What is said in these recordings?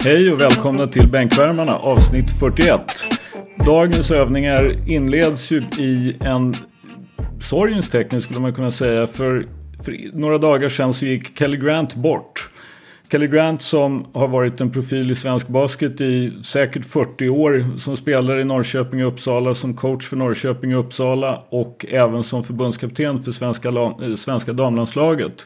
Hej och välkomna till Bänkvärmarna, avsnitt 41. Dagens övningar inleds ju i en sorgens tecken skulle man kunna säga. För några dagar sedan så gick Kelly Grant bort. Kelly Grant som har varit en profil i svensk basket i säkert 40 år. Som spelar i Norrköping och Uppsala, som coach för Norrköping och Uppsala och även som förbundskapten för svenska damlandslaget.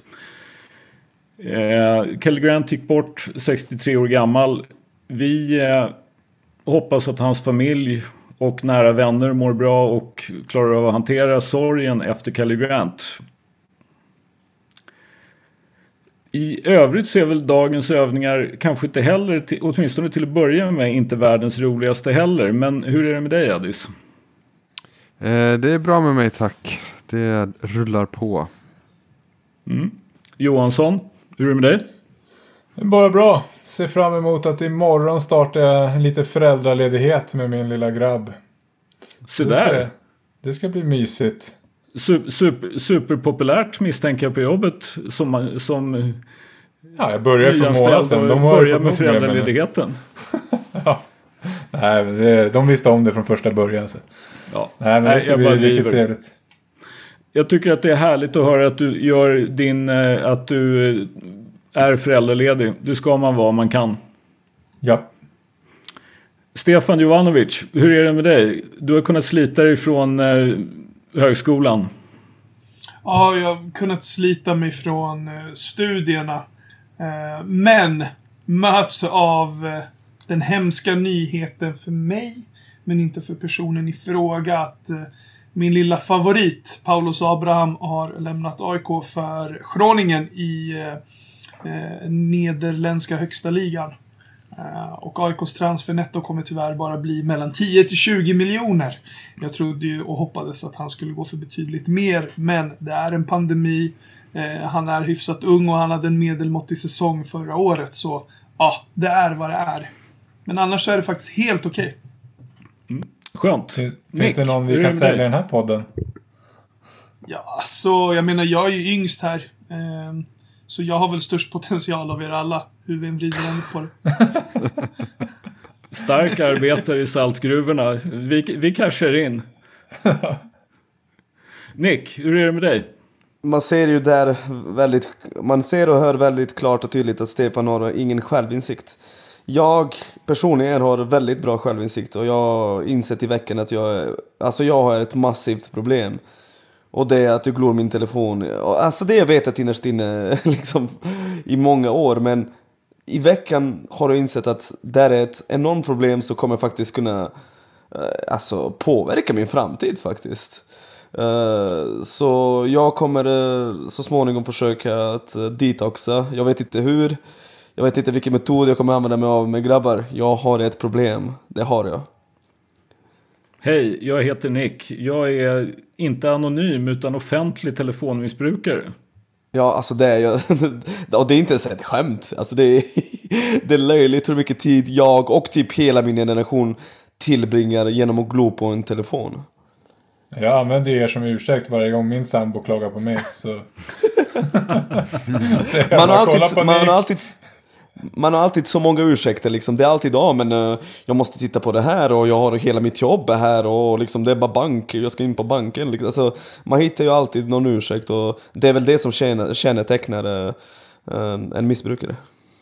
Kelly Grant gick bort 63 år gammal. Vi hoppas att hans familj och nära vänner mår bra och klarar av att hantera sorgen efter Kelly Grant. I övrigt så är väl dagens övningar kanske inte heller, åtminstone till att börja med, inte världens roligaste heller. Men hur är det med dig, Addis? Det är bra med mig, tack. Det rullar på. Johansson, hur är det med dig? Det är bara bra. Ser fram emot att imorgon startar jag lite föräldraledighet med min lilla grabb. Så där. Det ska bli mysigt. Superpopulärt misstänker jag på jobbet som ja, jag började för en månad sedan. De började med föräldraledigheten. Ja. Nej, men de visste om det från första början. Så. Ja. Nej, men det ska bli riktigt trevligt. Jag tycker att det är härligt att höra att du gör att du är föräldraledig. Det ska man vara om man kan. Ja. Stefan Jovanovic, hur är det med dig? Du har kunnat slita dig från högskolan. Ja, jag har kunnat slita mig från studierna. Men möts av den hemska nyheten för mig, men inte för personen i fråga, att min lilla favorit, Paulus Abraham, har lämnat AIK för Groningen i nederländska högsta ligan. Och AIKs transfernetto kommer tyvärr bara bli mellan 10 till 20 miljoner. Jag trodde ju och hoppades att han skulle gå för betydligt mer, men det är en pandemi. Han är hyfsat ung och han hade en medelmåttig säsong förra året, så ja, det är vad det är. Men annars så är det faktiskt helt okej. Skönt. Finns det någon vi kan sälja i den här podden? Ja, så jag menar, jag är ju yngst här. Så jag har väl störst potential av er alla. Hur vi än vrider den på det. Stark arbetare i saltgruvorna. Vi cashar in. Nick, hur är det med dig? Man ser ju där man ser och hör väldigt klart och tydligt att Stefan har ingen självinsikt. Jag personligen har väldigt bra självinsikt och jag har insett i veckan att jag har ett massivt problem. Och det är att jag glor min telefon. Alltså det jag vet att innerst inne liksom i många år. Men i veckan har jag insett att det är ett enormt problem som kommer faktiskt kunna påverka min framtid faktiskt. Så jag kommer så småningom försöka att detoxa. Jag vet inte hur. Jag vet inte vilken metod jag kommer använda mig av med grabbar. Jag har ett problem. Det har jag. Hej, jag heter Nick. Jag är inte anonym utan offentlig telefonmissbrukare. Ja, alltså det är jag. Och det är inte ens ett skämt. Alltså det är löjligt hur mycket tid jag och typ hela min generation tillbringar genom att glo på en telefon. Jag använder er som ursäkt varje gång min sambo klagar på mig. Så. Man har alltid så många ursäkter liksom. Det är alltid men jag måste titta på det här och jag har hela mitt jobb här och liksom det är bara bank, jag ska in på banken liksom. Alltså, man hittar ju alltid någon ursäkt och det är väl det som kännetecknar en missbrukare.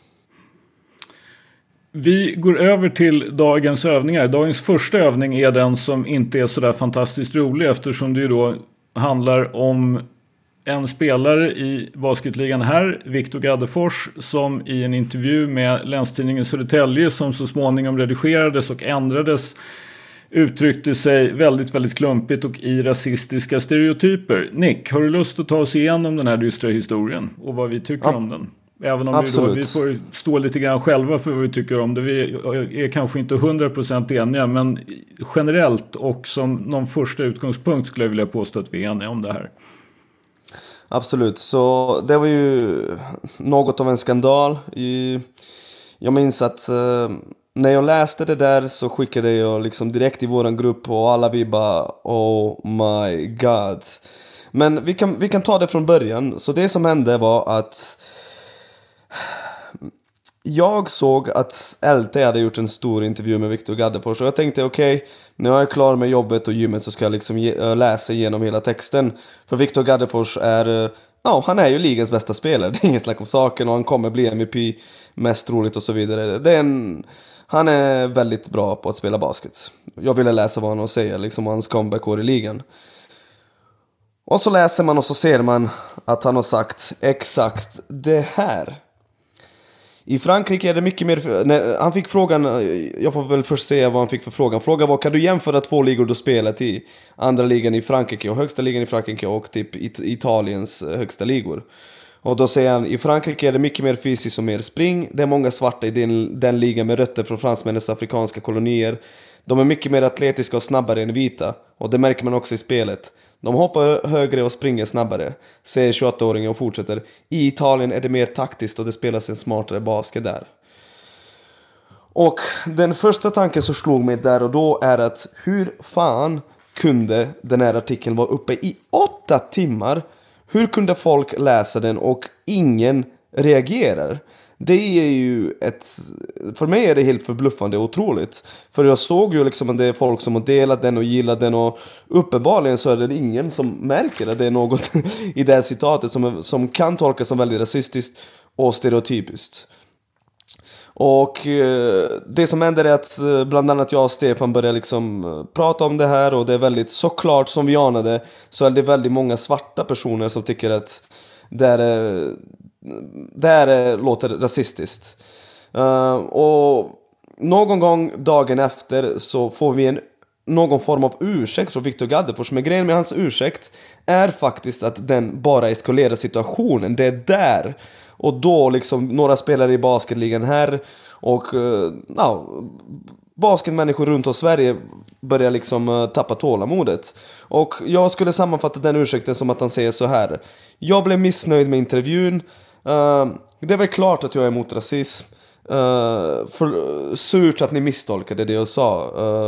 Vi går över till dagens övningar. Dagens första övning är den som inte är så där fantastiskt rolig, eftersom det ju då handlar om en spelare i basketligan här, Viktor Gaddefors, som i en intervju med Länstidningen Södertälje, som så småningom redigerades och ändrades, uttryckte sig väldigt, väldigt klumpigt och i rasistiska stereotyper. Nick, har du lust att ta oss igenom den här dystra historien och vad vi tycker om den? Även om vi får stå lite grann själva för vad vi tycker om det. Vi är kanske inte 100% eniga, men generellt och som någon första utgångspunkt skulle jag vilja påstå att vi är eniga om det här. Absolut, så det var ju något av en skandal. Jag minns att när jag läste det där så skickade jag liksom direkt i våran grupp och alla vi bara oh my god. Men vi kan ta det från början. Så det som hände var att jag såg att LT hade gjort en stor intervju med Viktor Gaddefors och jag tänkte okej, nu är jag klar med jobbet och gymmet så ska jag liksom läsa igenom hela texten. För Viktor Gaddefors är, han är ju ligans bästa spelare, det är ingen snack om saken, och han kommer bli MVP mest troligt och så vidare. Han är väldigt bra på att spela basket. Jag ville läsa vad han har att säga, liksom hans comeback-år i ligan. Och så läser man och så ser man att han har sagt exakt det här. I Frankrike är det mycket mer... När han fick frågan, jag får väl först säga vad han fick för frågan. Frågan var, kan du jämföra 2 ligor du spelat i? Andra ligan i Frankrike och högsta ligan i Frankrike och typ Italiens högsta ligor. Och då säger han, i Frankrike är det mycket mer fysiskt och mer spring. Det är många svarta i den ligan med rötter från fransmännens afrikanska kolonier. De är mycket mer atletiska och snabbare än vita. Och det märker man också i spelet. De hoppar högre och springer snabbare, säger 28-åringen och fortsätter. I Italien är det mer taktiskt och det spelas en smartare basket där. Och den första tanken som slog mig där och då är att hur fan kunde den här artikeln vara uppe i 8 timmar? Hur kunde folk läsa den och ingen reagerar? Det är ju för mig är det helt förbluffande och otroligt. För jag såg ju liksom att det är folk som har delat den och gillat den, och uppenbarligen så är det ingen som märker att det är något i det här citatet som kan tolkas som väldigt rasistiskt och stereotypiskt. Och det som händer är att bland annat jag och Stefan börjar liksom prata om det här, och det är väldigt, såklart som vi anade, så är det väldigt många svarta personer som tycker att det här låter rasistiskt. Och någon gång dagen efter så får vi någon form av ursäkt från Viktor Gaddefors. Men grejen med hans ursäkt är faktiskt att den bara eskalerar situationen. Det är där. Och då liksom några spelare i basketligan här och basketmänniskor runt om Sverige börjar liksom tappa tålamodet. Och jag skulle sammanfatta den ursäkten som att han säger så här: jag blev missnöjd med intervjun. Det är väl klart att jag är emot rasism. Surt att ni misstolkade det jag sa.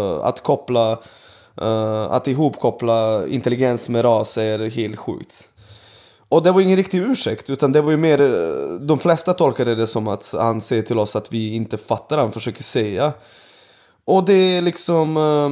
Att ihopkoppla intelligens med ras är helt sjukt. Och det var ingen riktig ursäkt, utan det var ju mer, de flesta tolkade det som att han säger till oss att vi inte fattar han försöker säga. Och det är liksom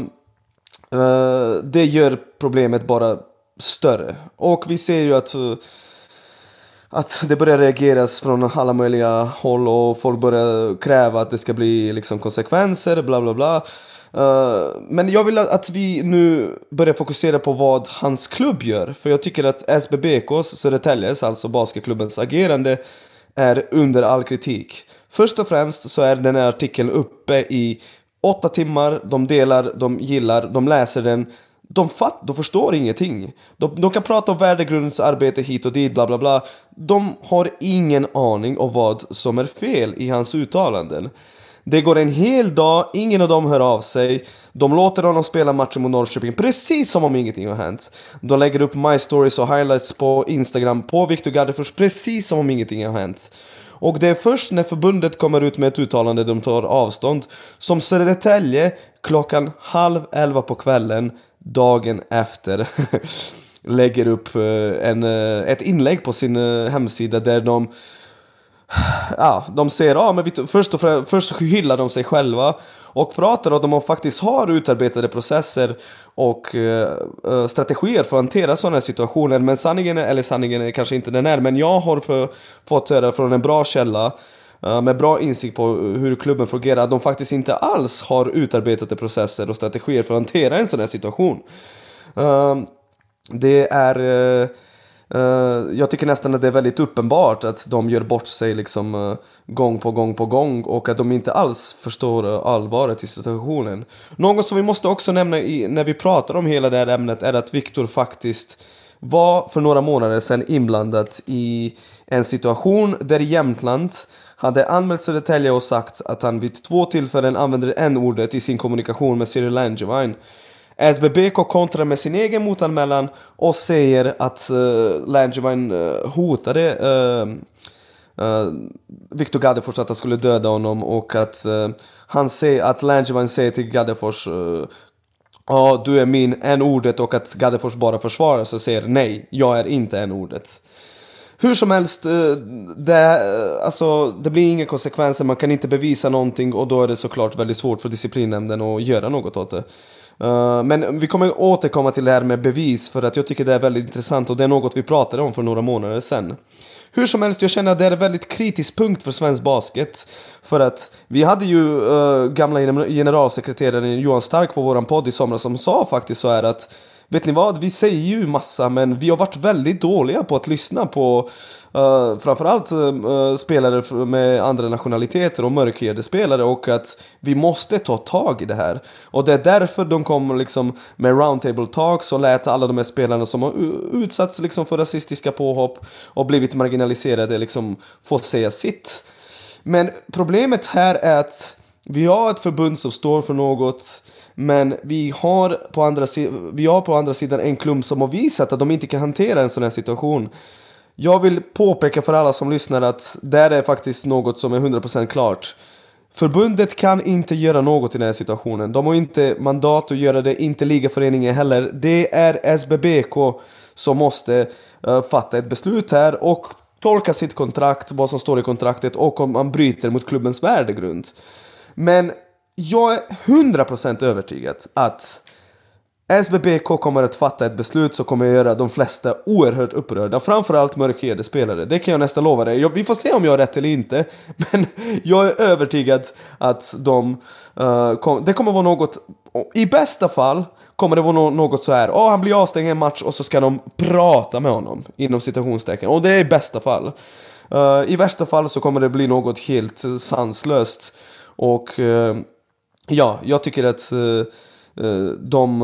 det gör problemet bara större. Och vi ser ju att det börjar reageras från alla möjliga håll, och folk börjar kräva att det ska bli liksom konsekvenser, bla bla bla. Men jag vill att vi nu börjar fokusera på vad hans klubb gör. För jag tycker att SBBKs, Södertäljes, alltså basketklubbens agerande, är under all kritik. Först och främst så är den här artikeln uppe i 8 timmar. De delar, de gillar, de läser den. De förstår ingenting. De kan prata om värdegrundsarbete hit och dit, bla bla bla. De har ingen aning om vad som är fel i hans uttalanden. Det går en hel dag, ingen av dem hör av sig. De låter honom spela matchen mot Norrköping precis som om ingenting har hänt. De lägger upp My Stories och highlights på Instagram på Viktor Gaddefors precis som om ingenting har hänt. Och det är först när förbundet kommer ut med ett uttalande de tar avstånd som Södertälje 10:30 på kvällen dagen efter lägger upp ett inlägg på sin hemsida där de säger men först hyllar de sig själva och pratar om att de faktiskt har utarbetade processer och strategier för att hantera sådana situationer. Men sanningen är kanske inte den här, men jag har fått höra från en bra källa med bra insikt på hur klubben fungerar att de faktiskt inte alls har utarbetade processer och strategier för att hantera en sån här situation. Det är jag tycker nästan att det är väldigt uppenbart att de gör bort sig liksom gång på gång och att de inte alls förstår allvaret i situationen. Något som vi måste också nämna när vi pratar om hela det här ämnet är att Viktor faktiskt var för några månader sedan inblandad i en situation där Jämtland hade anmält Södertälje och sagt att han vid 2 tillfällen använder n-ordet i sin kommunikation med Cyril Langevin. SBBK kontrar med sin egen motanmälan och säger att Langevin hotade Viktor Gaddefors att han skulle döda honom och att att Langevin säger till Gaddefors du är min n-ordet och att Gaddefors bara försvarar sig och säger nej, jag är inte n-ordet. hur som helst, det blir inga konsekvenser, man kan inte bevisa någonting och då är det såklart väldigt svårt för disciplinnämnden att göra något åt det. Men vi kommer återkomma till det här med bevis, för att jag tycker det är väldigt intressant och det är något vi pratade om för några månader sedan. Hur som helst, jag känner att det är en väldigt kritisk punkt för svensk basket. För att vi hade ju gamla generalsekreteraren Johan Stark på våran podd i somras som sa faktiskt så här att vet ni vad, vi säger ju massa, men vi har varit väldigt dåliga på att lyssna på framförallt spelare med andra nationaliteter och mörkhyade spelare, och att vi måste ta tag i det här. Och det är därför de kom liksom med roundtable talks och lät alla de här spelarna som har utsatts liksom för rasistiska påhopp och blivit marginaliserade liksom få säga sitt. Men problemet här är att vi har ett förbund som står för något, men vi har på andra sidan en klump som har visat att de inte kan hantera en sån här situation. Jag vill påpeka för alla som lyssnar att det är faktiskt något som är 100% klart. Förbundet kan inte göra något i den här situationen. De har inte mandat att göra det, inte ligaföreningen heller. Det är SBBK som måste fatta ett beslut här och tolka sitt kontrakt, vad som står i kontraktet, och om man bryter mot klubbens värdegrund. Men jag är 100% övertygad att SBBK kommer att fatta ett beslut som kommer att göra de flesta oerhört upprörda. Framförallt mörkhyade spelare. Det kan jag nästan lova dig. Vi får se om jag har rätt eller inte. Men jag är övertygad att det kommer vara något. I bästa fall kommer det vara något så här. Han blir avstängd en match och så ska de prata med honom inom citationstecken. Och det är i bästa fall. I värsta fall så kommer det bli något helt sanslöst. Och jag tycker att de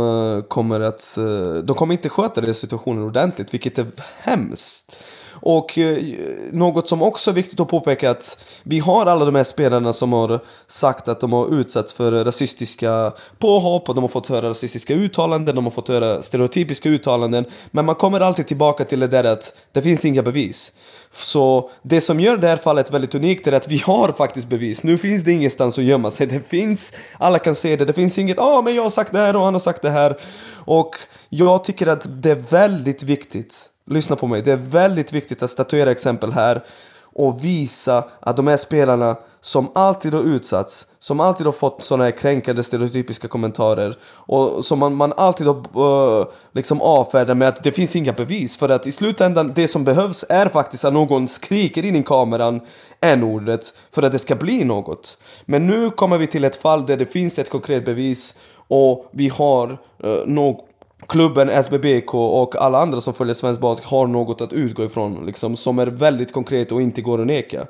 kommer inte sköta den situationen ordentligt, vilket är hemskt. Och något som också är viktigt att påpeka att vi har alla de här spelarna som har sagt att de har utsatts för rasistiska påhopp och de har fått höra rasistiska uttalanden, de har fått höra stereotypiska uttalanden, men man kommer alltid tillbaka till det där att det finns inga bevis. Så det som gör det här fallet väldigt unikt är att vi har faktiskt bevis. Nu finns det ingenstans att gömma sig. Det finns, alla kan se det. Det finns inget, men jag har sagt det här och han har sagt det här. Och jag tycker att det är väldigt viktigt. Lyssna på mig. Det är väldigt viktigt att statuera exempel här och visa att de här spelarna som alltid har utsatts, som alltid har fått sådana här kränkande stereotypiska kommentarer och som man alltid har liksom avfärdar med att det finns inga bevis, för att i slutändan det som behövs är faktiskt att någon skriker in i kameran n-ordet för att det ska bli något. Men nu kommer vi till ett fall där det finns ett konkret bevis och vi har klubben, SBBK och alla andra som följer svensk basket har något att utgå ifrån liksom, som är väldigt konkret och inte går att neka.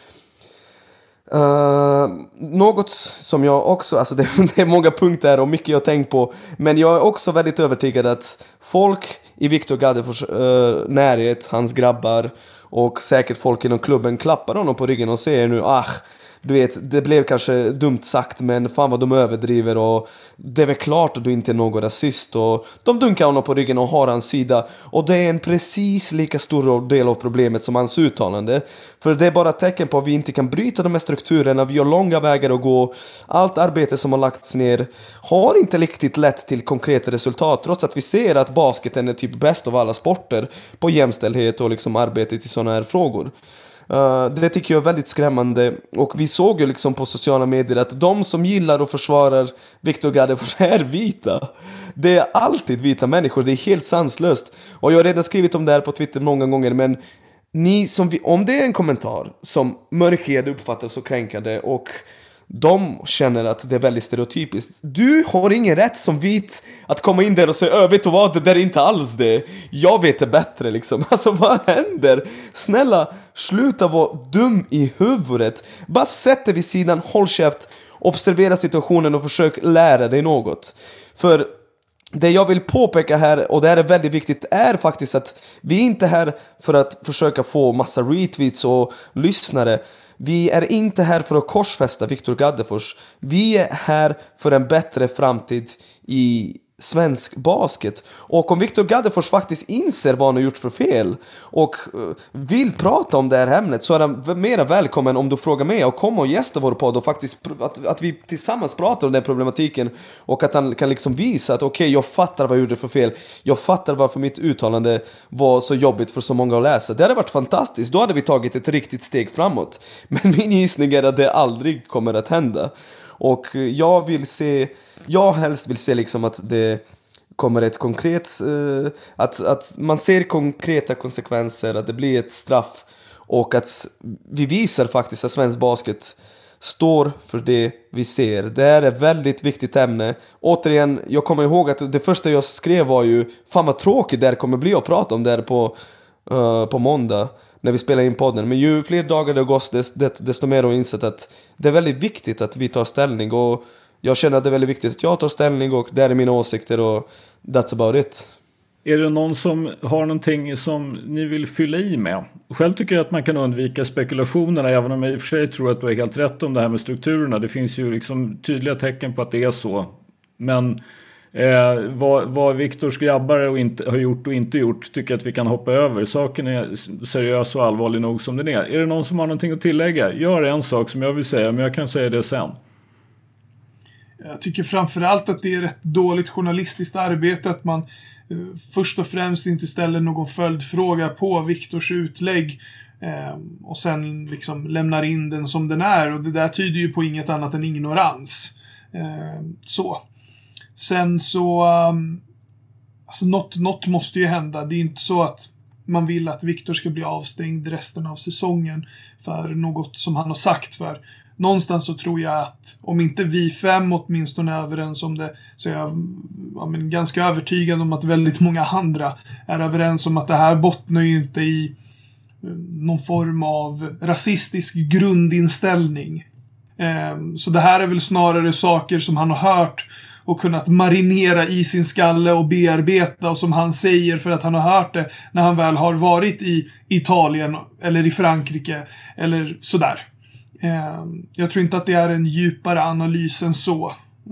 Något som jag också, alltså det är många punkter och mycket jag har tänkt på, men jag är också väldigt övertygad att folk i Viktor Gaddefors närhet, hans grabbar och säkert folk inom klubben klappar honom på ryggen och säger nu, du vet, det blev kanske dumt sagt, men fan vad de överdriver och det är väl klart att du inte är någon rasist, och de dunkar honom på ryggen och har hans sida, och det är en precis lika stor del av problemet som hans uttalande, för det är bara ett tecken på att vi inte kan bryta de här strukturerna, vi har långa vägar att gå, allt arbete som har lagts ner har inte riktigt lett till konkreta resultat, trots att vi ser att basketen är typ bäst av alla sporter på jämställdhet och liksom arbetet i sådana här frågor. Det tycker jag är väldigt skrämmande, och vi såg ju liksom på sociala medier att de som gillar och försvarar Viktor Gaddefors är vita. Det är alltid vita människor, det är helt sanslöst. Och jag har redan skrivit om det här på Twitter många gånger, men om det är en kommentar som mörkhyade uppfattar så kränkande och de känner att det är väldigt stereotypiskt, du har ingen rätt som vit att komma in där och säga, vet du vad, det där är inte alls det, jag vet det bättre liksom. Alltså vad händer? Snälla, sluta vara dum i huvudet. Bara sätt dig vid sidan, håll käft, observera situationen och försök lära dig något. För det jag vill påpeka här, och det här är väldigt viktigt, är faktiskt att vi inte är här för att försöka få massa retweets och lyssnare. Vi är inte här för att korsfästa Viktor Gaddefors. Vi är här för en bättre framtid i svensk basket. Och om Viktor Gaddefors faktiskt inser vad han har gjort för fel och vill prata om det här ämnet, så är han mer välkommen om du frågar mig och komma och gästa vår podd och faktiskt att vi tillsammans pratar om den problematiken och att han kan liksom visa att okej, jag fattar vad jag gjorde för fel, jag fattar varför mitt uttalande var så jobbigt för så många att läsa. Det hade varit fantastiskt, då hade vi tagit ett riktigt steg framåt. Men min gissning är att det aldrig kommer att hända. Och jag helst vill se liksom att det kommer ett konkret, att man ser konkreta konsekvenser, att det blir ett straff och att vi visar faktiskt att svensk basket står för det vi ser. Det är ett väldigt viktigt ämne. Återigen, jag kommer ihåg att det första jag skrev var ju, fan vad tråkigt det kommer bli att prata om det här på måndag när vi spelar in podden. Men ju fler dagar det har gått, desto mer har jag insett att det är väldigt viktigt att vi tar ställning. Och jag känner att det är väldigt viktigt att jag tar ställning, och det är mina åsikter, och that's about it. Är det någon som har någonting som ni vill fylla i med? Själv tycker jag att man kan undvika spekulationerna, även om jag i och för sig tror att du är helt rätt om det här med strukturerna. Det finns ju liksom tydliga tecken på att det är så. Men vad Viktors grabbar har gjort och inte gjort tycker jag att vi kan hoppa över. Saken är seriös och allvarlig nog som den är. Är det någon som har någonting att tillägga? Gör en sak som jag vill säga, men jag kan säga det sen. Jag tycker framförallt att det är rätt dåligt journalistiskt arbete att man först och främst inte ställer någon följdfråga på Viktors utlägg och sen liksom lämnar in den som den är. Och det där tyder ju på inget annat än ignorans. Sen så alltså något måste ju hända. Det är inte så att man vill att Viktor ska bli avstängd resten av säsongen för något som han har sagt. För någonstans så tror jag att om inte vi 5 åtminstone är överens om det, så är jag ganska övertygad om att väldigt många andra är överens om att det här bottnar ju inte i någon form av rasistisk grundinställning. Så det här är väl snarare saker som han har hört och kunnat marinera i sin skalle och bearbeta, och som han säger för att han har hört det när han väl har varit i Italien eller i Frankrike eller sådär. Jag tror inte att det är en djupare analys än så.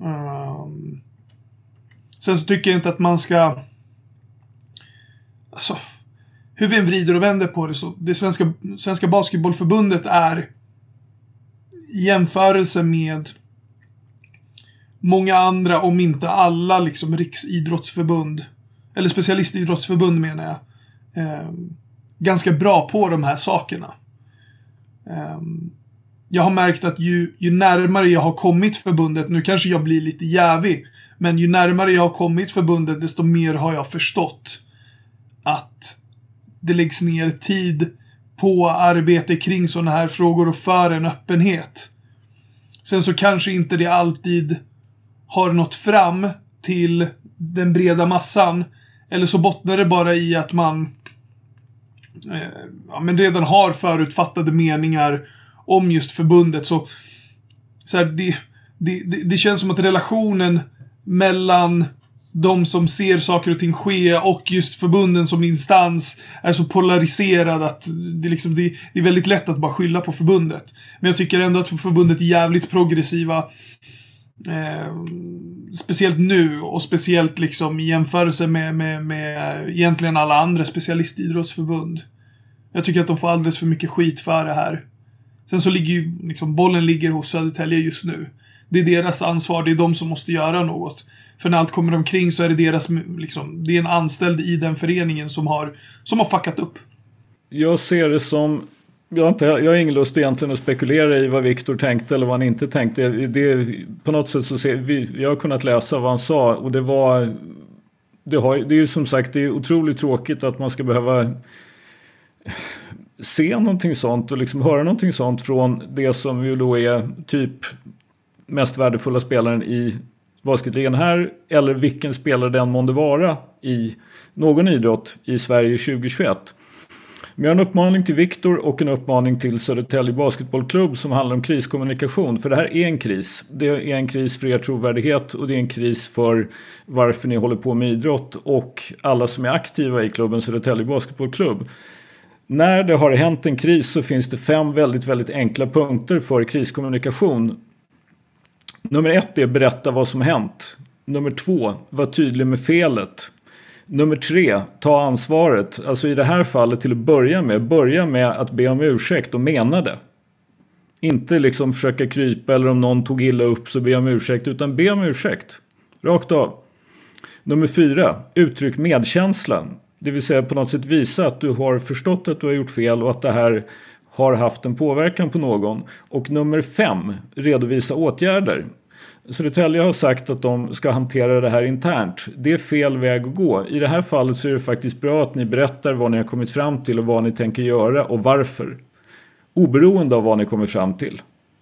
Sen så tycker jag inte att man ska, alltså, hur vi än vrider och vänder på det, så det svenska basketbollförbundet är i jämförelse med många andra, om inte alla, liksom riksidrottsförbund eller specialistidrottsförbund menar jag, ganska bra på de här sakerna. Jag har märkt att ju närmare jag har kommit förbundet, nu kanske jag blir lite jävig, men ju närmare jag har kommit förbundet, desto mer har jag förstått att det läggs ner tid på arbete kring sådana här frågor och för en öppenhet. Sen så kanske inte det alltid har nått fram till den breda massan, eller så bottnar det bara i att man men redan har förutfattade meningar om just förbundet. Så här, det känns som att relationen mellan de som ser saker och ting ske och just förbunden som instans är så polariserad att det är väldigt lätt att bara skylla på förbundet. Men jag tycker ändå att förbundet är jävligt progressiva, speciellt nu, och speciellt liksom i jämförelse med egentligen alla andra specialistidrottsförbund. Jag tycker att de får alldeles för mycket skit för det här. Sen så ligger ju liksom, bollen ligger hos Södertälje just nu. Det är deras ansvar, det är de som måste göra något. För när allt kommer omkring så är det deras, liksom, det är en anställd i den föreningen som har fuckat upp. Jag ser det som, jag har ingen lust egentligen att spekulera i vad Viktor tänkte eller vad han inte tänkte. På något sätt så jag har kunnat läsa vad han sa, och det är ju som sagt, det är otroligt tråkigt att man ska behöva se någonting sånt och liksom höra någonting sånt från det som ju då är typ mest värdefulla spelaren i basketligan här, eller vilken spelare den månde vara i någon idrott i Sverige 2021. Men jag har en uppmaning till Viktor och en uppmaning till Södertälje basketbollklubb som handlar om kriskommunikation. För det här är en kris. Det är en kris för er trovärdighet, och det är en kris för varför ni håller på med idrott, och alla som är aktiva i klubben Södertälje basketbollklubb. När det har hänt en kris så finns det 5 väldigt, väldigt enkla punkter för kriskommunikation. Nummer 1 är berätta vad som hänt. Nummer 2, var tydlig med felet. Nummer 3, ta ansvaret. Alltså i det här fallet till att börja med att be om ursäkt och mena det. Inte liksom försöka krypa eller om någon tog illa upp så be om ursäkt, utan be om ursäkt. Rakt av. Nummer 4, uttryck medkänsla. Det vill säga på något sätt visa att du har förstått att du har gjort fel och att det här har haft en påverkan på någon. Och nummer 5, redovisa åtgärder. Södertälje har sagt att de ska hantera det här internt. Det är fel väg att gå. I det här fallet så är det faktiskt bra att ni berättar vad ni har kommit fram till och vad ni tänker göra och varför. Oberoende av vad ni kommer fram till.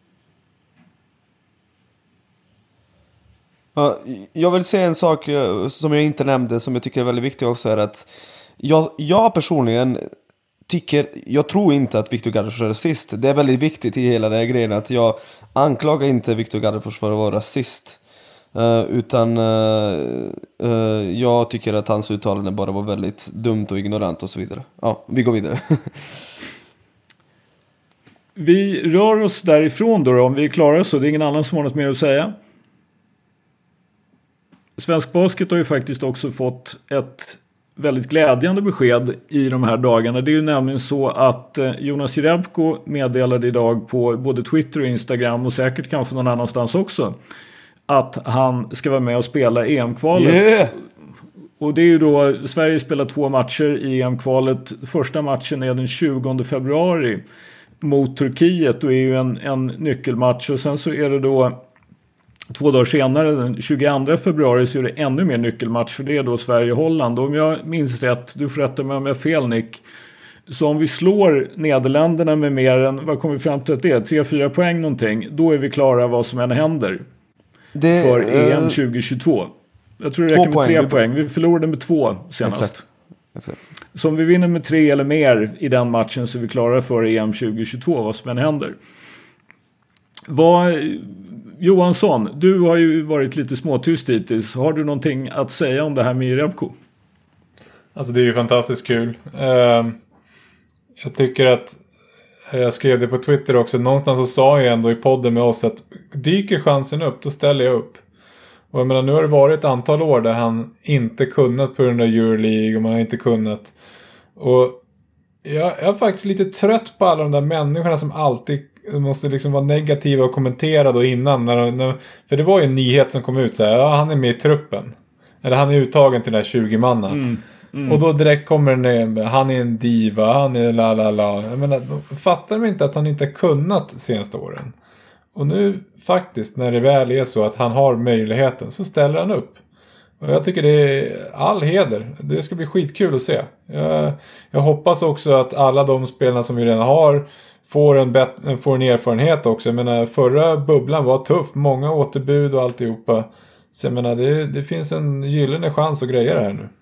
Ja, jag vill säga en sak som jag inte nämnde som jag tycker är väldigt viktig också, är att jag personligen jag tror inte att Viktor Gardenfors är rasist. Det är väldigt viktigt i hela den här grejen att jag anklagar inte Viktor Gardenfors för att vara rasist. Utan jag tycker att hans uttalande bara var väldigt dumt och ignorant och så vidare. Ja, vi går vidare. Vi rör oss därifrån då om vi är klara så. Det är ingen annan som har något mer att säga. Svensk basket har ju faktiskt också fått ett väldigt glädjande besked i de här dagarna. Det är ju nämligen så att Jonas Jerebko meddelade idag på både Twitter och Instagram och säkert kanske någon annanstans också att han ska vara med och spela EM-kvalet. Yeah! Och det är ju då, Sverige spelar 2 matcher i EM-kvalet. Första matchen är den 20 februari mot Turkiet och är ju en nyckelmatch. Och sen så är det då 2 dagar senare, den 22 februari, så är det ännu mer nyckelmatch, för det är då Sverige-Holland. Och om jag minns rätt, du får rätta mig om jag har fel Nick, så om vi slår Nederländerna med mer än, vad kommer vi fram till att det är, 3-4 poäng någonting, då är vi klara vad som än händer för EM 2022. Jag tror det räcker med 3 poäng. Vi förlorade med 2 senast. Exakt. Så om vi vinner med 3 eller mer i den matchen så är vi klara för EM 2022, vad som än händer. Johansson, du har ju varit lite småtyst hittills. Har du någonting att säga om det här med Jerebko? Alltså det är ju fantastiskt kul. Jag tycker att jag skrev det på Twitter också. Någonstans så sa jag ändå i podden med oss att dyker chansen upp, då ställer jag upp. Och jag menar, nu har det varit ett antal år där han inte kunnat på grund av Euroleague och man har inte kunnat. Och jag är faktiskt lite trött på alla de där människorna som alltid måste liksom vara negativa och kommentera då innan. För det var ju en nyhet som kom ut så här, ja, han är med i truppen. Eller han är uttagen till den här 20-manna. Och då direkt kommer den, han är en diva, han är la. Jag menar, fattar de inte att han inte har kunnat senaste åren? Och nu faktiskt, när det väl är så att han har möjligheten, så ställer han upp. Och jag tycker det är all heder. Det ska bli skitkul att se. Jag hoppas också att alla de spelarna som vi redan har får en erfarenhet också. Jag menar, förra bubblan var tuff. Många återbud och alltihopa. Så jag menar, det finns en gyllene chans att greja det här nu.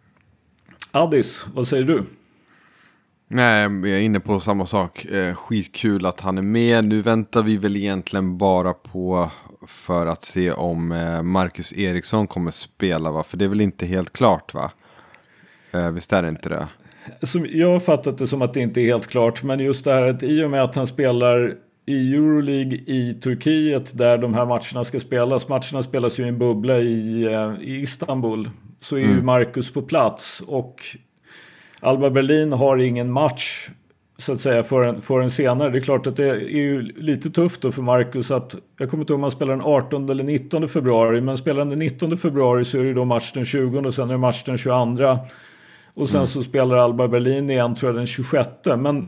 Addis, vad säger du? Nej, jag är inne på samma sak. Skitkul att han är med. Nu väntar vi väl egentligen bara på för att se om Marcus Eriksson kommer spela, va? För det är väl inte helt klart, va? Visst är det inte det? Jag har fattat det som att det inte är helt klart. Men just det här att i och med att han spelar i Euroleague i Turkiet där de här matcherna ska spelas. Matcherna spelas ju i en bubbla i Istanbul. Så är ju Marcus på plats och Alba Berlin har ingen match så att säga förrän senare. Det är klart att det är ju lite tufft då för Marcus att, jag kommer inte ihåg om han spelar den 18 eller 19 februari, men spelar han den 19 februari så är det då match den 20 och sen är det match den 22 och sen så spelar Alba Berlin igen tror jag den 26. Men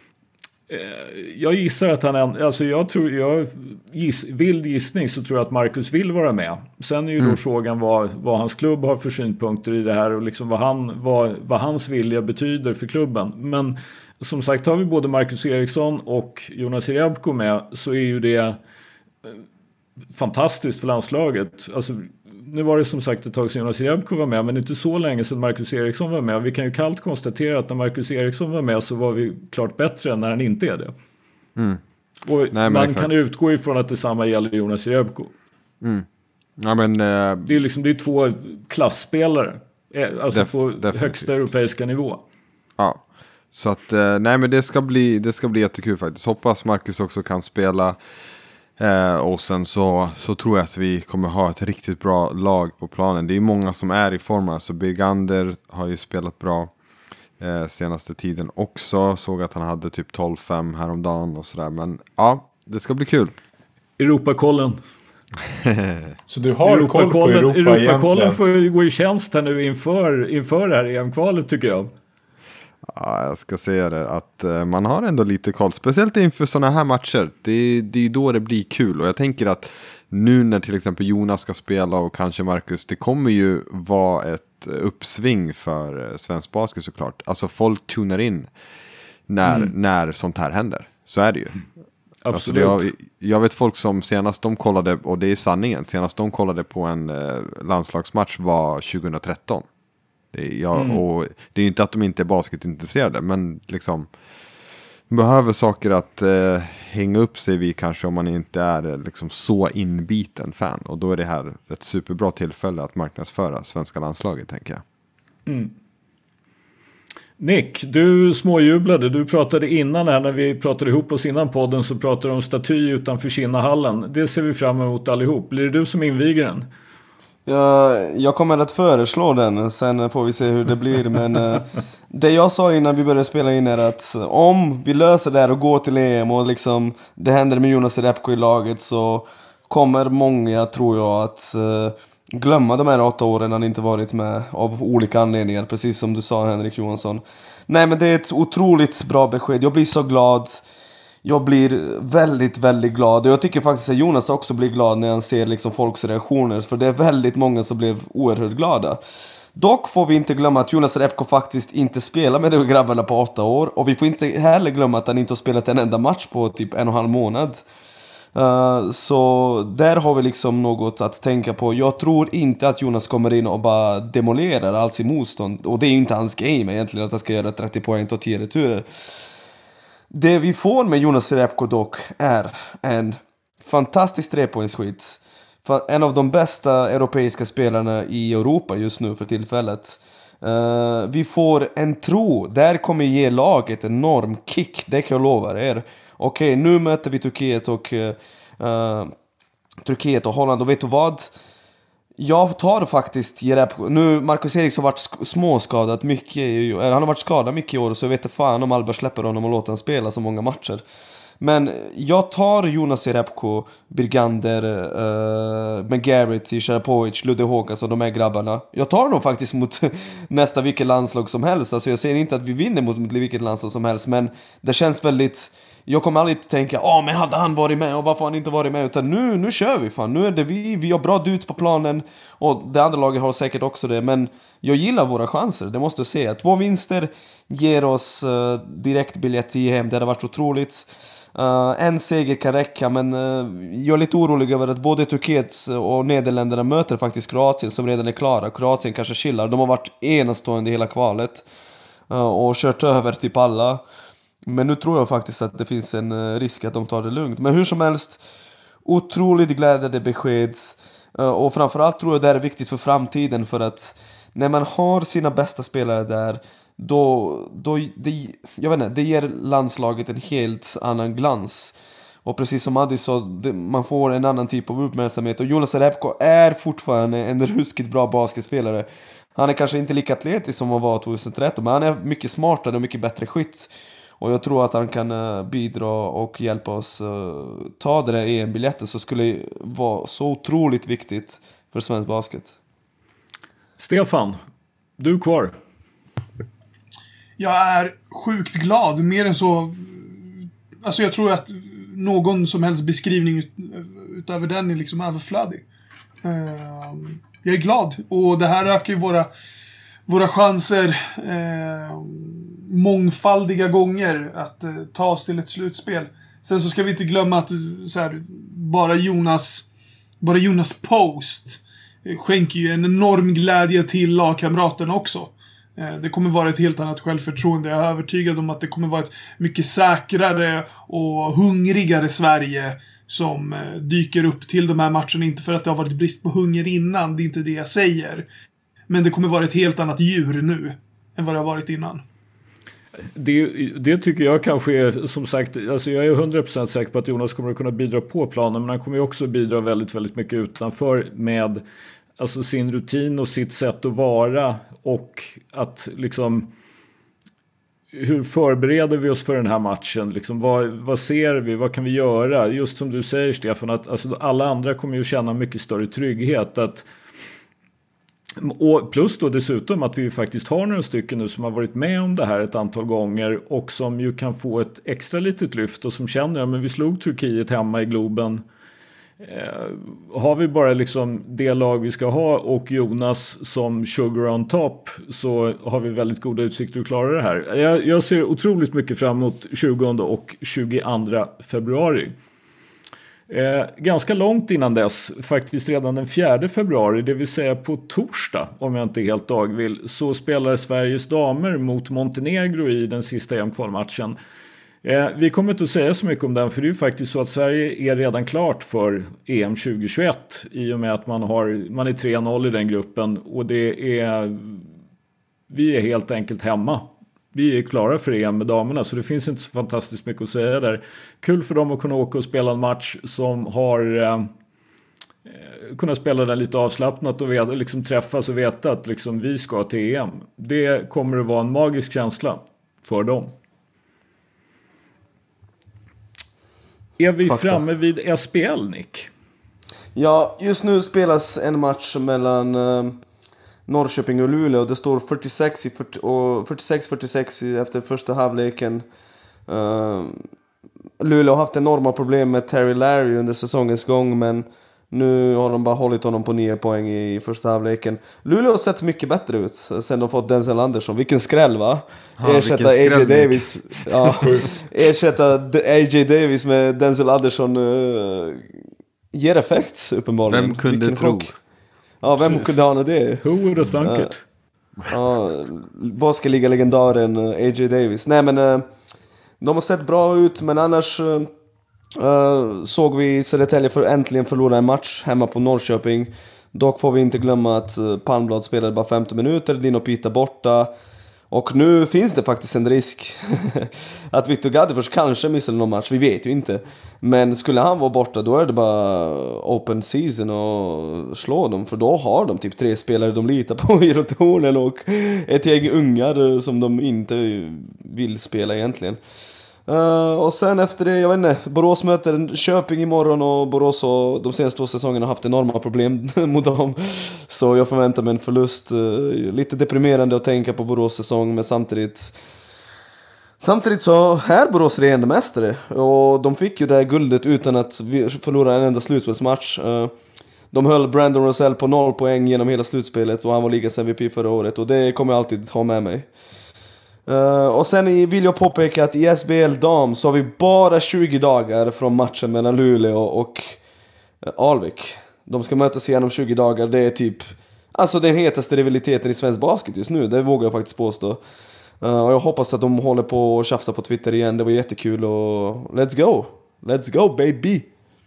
jag gissar att vild gissning så tror jag att Marcus vill vara med. Sen är ju då frågan vad hans klubb har för synpunkter i det här och liksom vad hans vilja betyder för klubben. Men som sagt, har vi både Marcus Eriksson och Jonas Jerebko med så är ju det fantastiskt för landslaget. Alltså, nu var det som sagt ett tag sedan Jonas Jerebko var med, men inte så länge sedan Marcus Eriksson var med. Vi kan ju kallt konstatera att när Marcus Eriksson var med så var vi klart bättre än när han inte är det. Och man kan utgå ifrån att detsamma gäller Jonas Jerebko. Ja, men, det är 2 klassspelare. Alltså på högsta europeiska nivå. Ja. Så att, nej men det ska bli jättekul faktiskt. Hoppas Marcus också kan spela. Och sen så tror jag att vi kommer ha ett riktigt bra lag på planen. Det är många som är i form. Alltså Birgander har ju spelat bra senaste tiden också. Såg att han hade typ 12-5 häromdagen och sådär. Men ja, det ska bli kul. Europakollen. Så du har koll på Europa egentligen? Europakollen får ju gå i tjänst här nu inför det här EM-kvalet tycker jag. Ja, jag ska säga det att man har ändå lite koll. Speciellt inför sådana här matcher. Det är då det blir kul. Och jag tänker att nu när till exempel Jonas ska spela och kanske Marcus, det kommer ju vara ett uppsving för svensk basket såklart. Alltså folk tunar in när sånt här händer. Så är det ju. Absolut. Alltså jag vet folk som senast de kollade, och det är sanningen, senast de kollade på en landslagsmatch var 2013. Och det är ju inte att de inte är basketintresserade, men liksom behöver saker att hänga upp sig vid kanske om man inte är liksom så inbiten fan. Och då är det här ett superbra tillfälle att marknadsföra svenska landslaget, tänker jag. Nick, du småjublade. Du pratade innan här när vi pratade ihop oss innan podden, så pratade du om staty utanför Kinnahallen. Det ser vi fram emot allihop. Blir det du som inviger den? Jag kommer att föreslå den, sen får vi se hur det blir. Men det jag sa innan vi började spela in är att om vi löser det här och går till EM och liksom det händer med Jonas Jerebko i laget, så kommer många, tror jag, att glömma de här 8 åren han inte varit med av olika anledningar, precis som du sa, Henrik Johansson. Nej, men det är ett otroligt bra besked. Jag blir så glad. Jag blir väldigt, väldigt glad. Och jag tycker faktiskt att Jonas också blir glad när han ser liksom folks reaktioner. För det är väldigt många som blev oerhört glada. Dock får vi inte glömma att Jonas Jerebko faktiskt inte spelar med de grabbarna på 8 år. Och vi får inte heller glömma att han inte har spelat en enda match på typ 1,5 månad. Så där har vi liksom något att tänka på. Jag tror inte att Jonas kommer in och bara demolerar allt sin motstånd. Och det är ju inte hans game egentligen, att han ska göra 30 poäng och 10 returer. Det vi får med Jonas Jerebko dock är en fantastisk 3-poängsskytt. En av de bästa europeiska spelarna i Europa just nu för tillfället. Vi får en tro. Där kommer ge laget en enorm kick. Det kan jag lova er. Okej, nu möter vi Turkiet och Holland. Och vet du vad? Jag tar faktiskt Jerebko. Nu, Marcus Eriksson har varit småskadad mycket. Han har varit skadad mycket i år. Så jag vet inte fan om Alba släpper honom och låter han spela så många matcher. Men jag tar Jonas Jerebko, Birgander, McGarrett, Sharapovic, Ludde Håkansson, de här grabbarna. Jag tar dem faktiskt mot nästa vilket landslag som helst. Alltså jag säger inte att vi vinner mot vilket landslag som helst. Men det känns väldigt... Jag kommer aldrig tänka, men hade han varit med och varför han inte varit med? Utan nu kör vi fan. Nu är det vi har bra dudes på planen. Och det andra laget har säkert också det. Men jag gillar våra chanser, det måste jag säga. 2 vinster ger oss direkt biljett till EM. Det hade varit otroligt. En seger kan räcka, men jag är lite orolig över att både Turkiet och Nederländerna möter faktiskt Kroatien som redan är klara. Kroatien kanske chillar. De har varit enastående i hela kvalet. Och kört över typ alla. Men nu tror jag faktiskt att det finns en risk att de tar det lugnt. Men hur som helst, otroligt glädjande besked. Och framförallt tror jag det är viktigt för framtiden. För att när man har sina bästa spelare där, jag vet inte, det ger landslaget en helt annan glans. Och precis som Adi sa, man får en annan typ av uppmärksamhet. Och Jonas Jerebko är fortfarande en ruskigt bra basketspelare. Han är kanske inte lika atletisk som han var 2013, men han är mycket smartare och mycket bättre skytt. Och jag tror att han kan bidra och hjälpa oss ta det där EM-biljetten, så skulle det vara så otroligt viktigt för svensk basket. Stefan, du är kvar. Jag är sjukt glad, mer än så. Alltså jag tror att någon som helst beskrivning utöver den är liksom överflödig. Jag är glad, och det här ökar ju våra chanser mångfaldiga gånger att ta oss till ett slutspel. Sen så ska vi inte glömma att så här, bara Jonas post skänker ju en enorm glädje till lagkamraterna också. Det kommer vara ett helt annat självförtroende. Jag är övertygad om att det kommer vara ett mycket säkrare och hungrigare Sverige som dyker upp till de här matcherna. Inte för att det har varit brist på hunger innan, det är inte det jag säger. Men det kommer vara ett helt annat djur nu än vad det har varit innan. Det tycker jag kanske är, som sagt, alltså jag är 100% säker på att Jonas kommer att kunna bidra på planen, men han kommer ju också bidra väldigt, väldigt mycket utanför med alltså sin rutin och sitt sätt att vara, och att liksom hur förbereder vi oss för den här matchen? Liksom, vad ser vi? Vad kan vi göra? Just som du säger, Stefan, att alltså, alla andra kommer ju känna mycket större trygghet. Och plus då dessutom att vi ju faktiskt har några stycken nu som har varit med om det här ett antal gånger och som ju kan få ett extra litet lyft och som känner att vi slog Turkiet hemma i Globen. Har vi bara liksom det lag vi ska ha och Jonas som sugar on top, så har vi väldigt goda utsikter att klara det här. Jag ser otroligt mycket fram emot 20 och 22 februari. Ganska långt innan dess, faktiskt redan den 4 februari, det vill säga på torsdag om jag inte är helt dagvill, så spelar Sveriges damer mot Montenegro i den sista EM-kvalmatchen. Vi kommer inte att säga så mycket om den, för det är ju faktiskt så att Sverige är redan klart för EM 2021 i och med att man är 3-0 i den gruppen, och vi är helt enkelt hemma. Vi är klara för EM med damerna, så det finns inte så fantastiskt mycket att säga där. Kul för dem att kunna åka och spela en match som har kunnat spela den lite avslappnat och liksom träffas och veta att liksom vi ska till EM. Det kommer att vara en magisk känsla för dem. Är vi framme vid SPL, Nick? Ja, just nu spelas en match mellan Norrköping och Luleå. Det står 46-46 efter första halvleken. Luleå har haft enorma problem med Terry Larry under säsongens gång, men nu har de bara hållit honom på 9 poäng i första halvleken. Luleå har sett mycket bättre ut sen de fått Denzel Andersson. Vilken skräll, va? Ersätta AJ Davis. Ja, ersätta AJ Davis med Denzel Andersson ger effekt uppenbarligen. Vem kunde tro? Ja, vem kunde ana det? Who would have thunk it? Ja, basketliga-legendaren AJ Davis. Nej, men de har sett bra ut, men annars såg vi Södertälje äntligen förlora en match hemma på Norrköping. Dock får vi inte glömma att Palmblad spelade bara 15 minuter, Dino Pita borta. Och nu finns det faktiskt en risk att Victor Gaddefors kanske missar någon match, vi vet ju inte. Men skulle han vara borta, då är det bara open season och slå dem. För då har de typ 3 spelare de litar på i rotationen och ett gäng ungar som de inte vill spela egentligen. Och sen efter det, jag vet inte, Borås möter Köping imorgon, och Borås och de senaste 2 säsongerna har haft enorma problem mot dem. Så jag förväntar mig en förlust. Lite deprimerande att tänka på Borås säsong, men samtidigt så är Borås regerande mästare. Och de fick ju det här guldet utan att förlora en enda slutspelsmatch. De höll Brandon Rosell på 0 poäng genom hela slutspelet, och han var ligas MVP förra året, och det kommer jag alltid ha med mig. Och sen vill jag påpeka att i SBL Dam så har vi bara 20 dagar från matchen mellan Luleå och Alvik. De ska mötas igenom 20 dagar. Det är typ, alltså den hetaste rivaliteten i svensk basket just nu. Det vågar jag faktiskt påstå. Och jag hoppas att de håller på och tjafsar på Twitter igen. Det var jättekul, och let's go baby.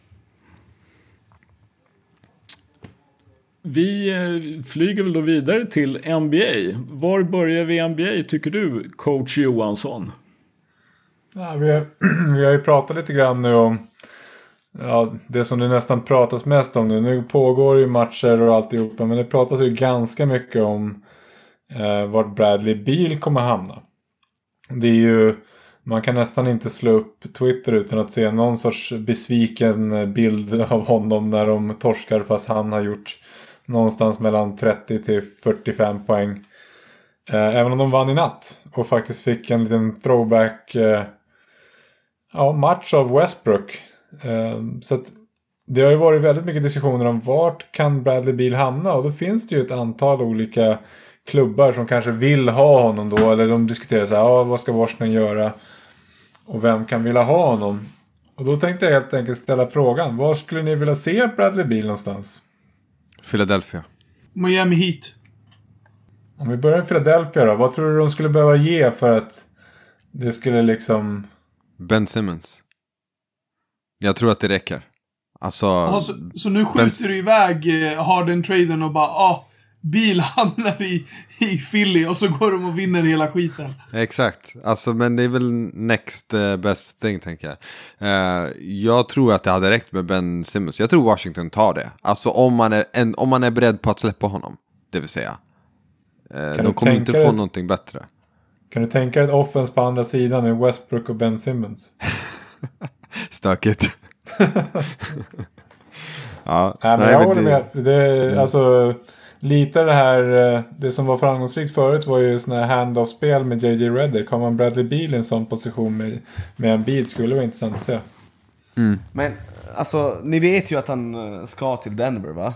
Vi flyger väl då vidare till NBA. Var börjar vi NBA, tycker du, coach Johansson? Ja, vi har ju pratat lite grann nu om det som det nästan pratas mest om nu. Nu pågår ju matcher och alltihopa, men det pratas ju ganska mycket om vart Bradley Beal kommer hamna. Det är ju, man kan nästan inte slå upp Twitter utan att se någon sorts besviken bild av honom när de torskar, fast han har gjort någonstans mellan 30 till 45 poäng. Även om de vann i natt och faktiskt fick en liten throwback match av Westbrook. Så att det har ju varit väldigt mycket diskussioner om vart kan Bradley Beal hamna, och då finns det ju ett antal olika klubbar som kanske vill ha honom då, eller de diskuterar så här, vad ska Washington göra och vem kan vilja ha honom? Och då tänkte jag helt enkelt ställa frågan, var skulle ni vilja se Bradley Beal någonstans? Philadelphia. Miami Heat. Om vi börjar i Philadelphia då, vad tror du de skulle behöva ge för att det skulle liksom... Ben Simmons. Jag tror att det räcker. Alltså Så nu skjuter du iväg Harden-traden och bara, Beal hamnar i Philly och så går de och vinner hela skiten. Exakt, alltså, men det är väl next best thing, tänker jag. Jag tror att det hade räckt med Ben Simmons. Jag tror Washington tar det. Alltså om man är beredd på att släppa honom, det vill säga. De kommer inte få någonting bättre. Kan du tänka dig ett offense på andra sidan med Westbrook och Ben Simmons? Stökigt. Ja, men jag håller med. Alltså, lite det här, det som var framgångsrikt förut var ju såna här hand-off-spel med JJ Redick. Har man Bradley Beal i en sån position med en bil skulle vara intressant att se. Men alltså, ni vet ju att han ska till Denver, va?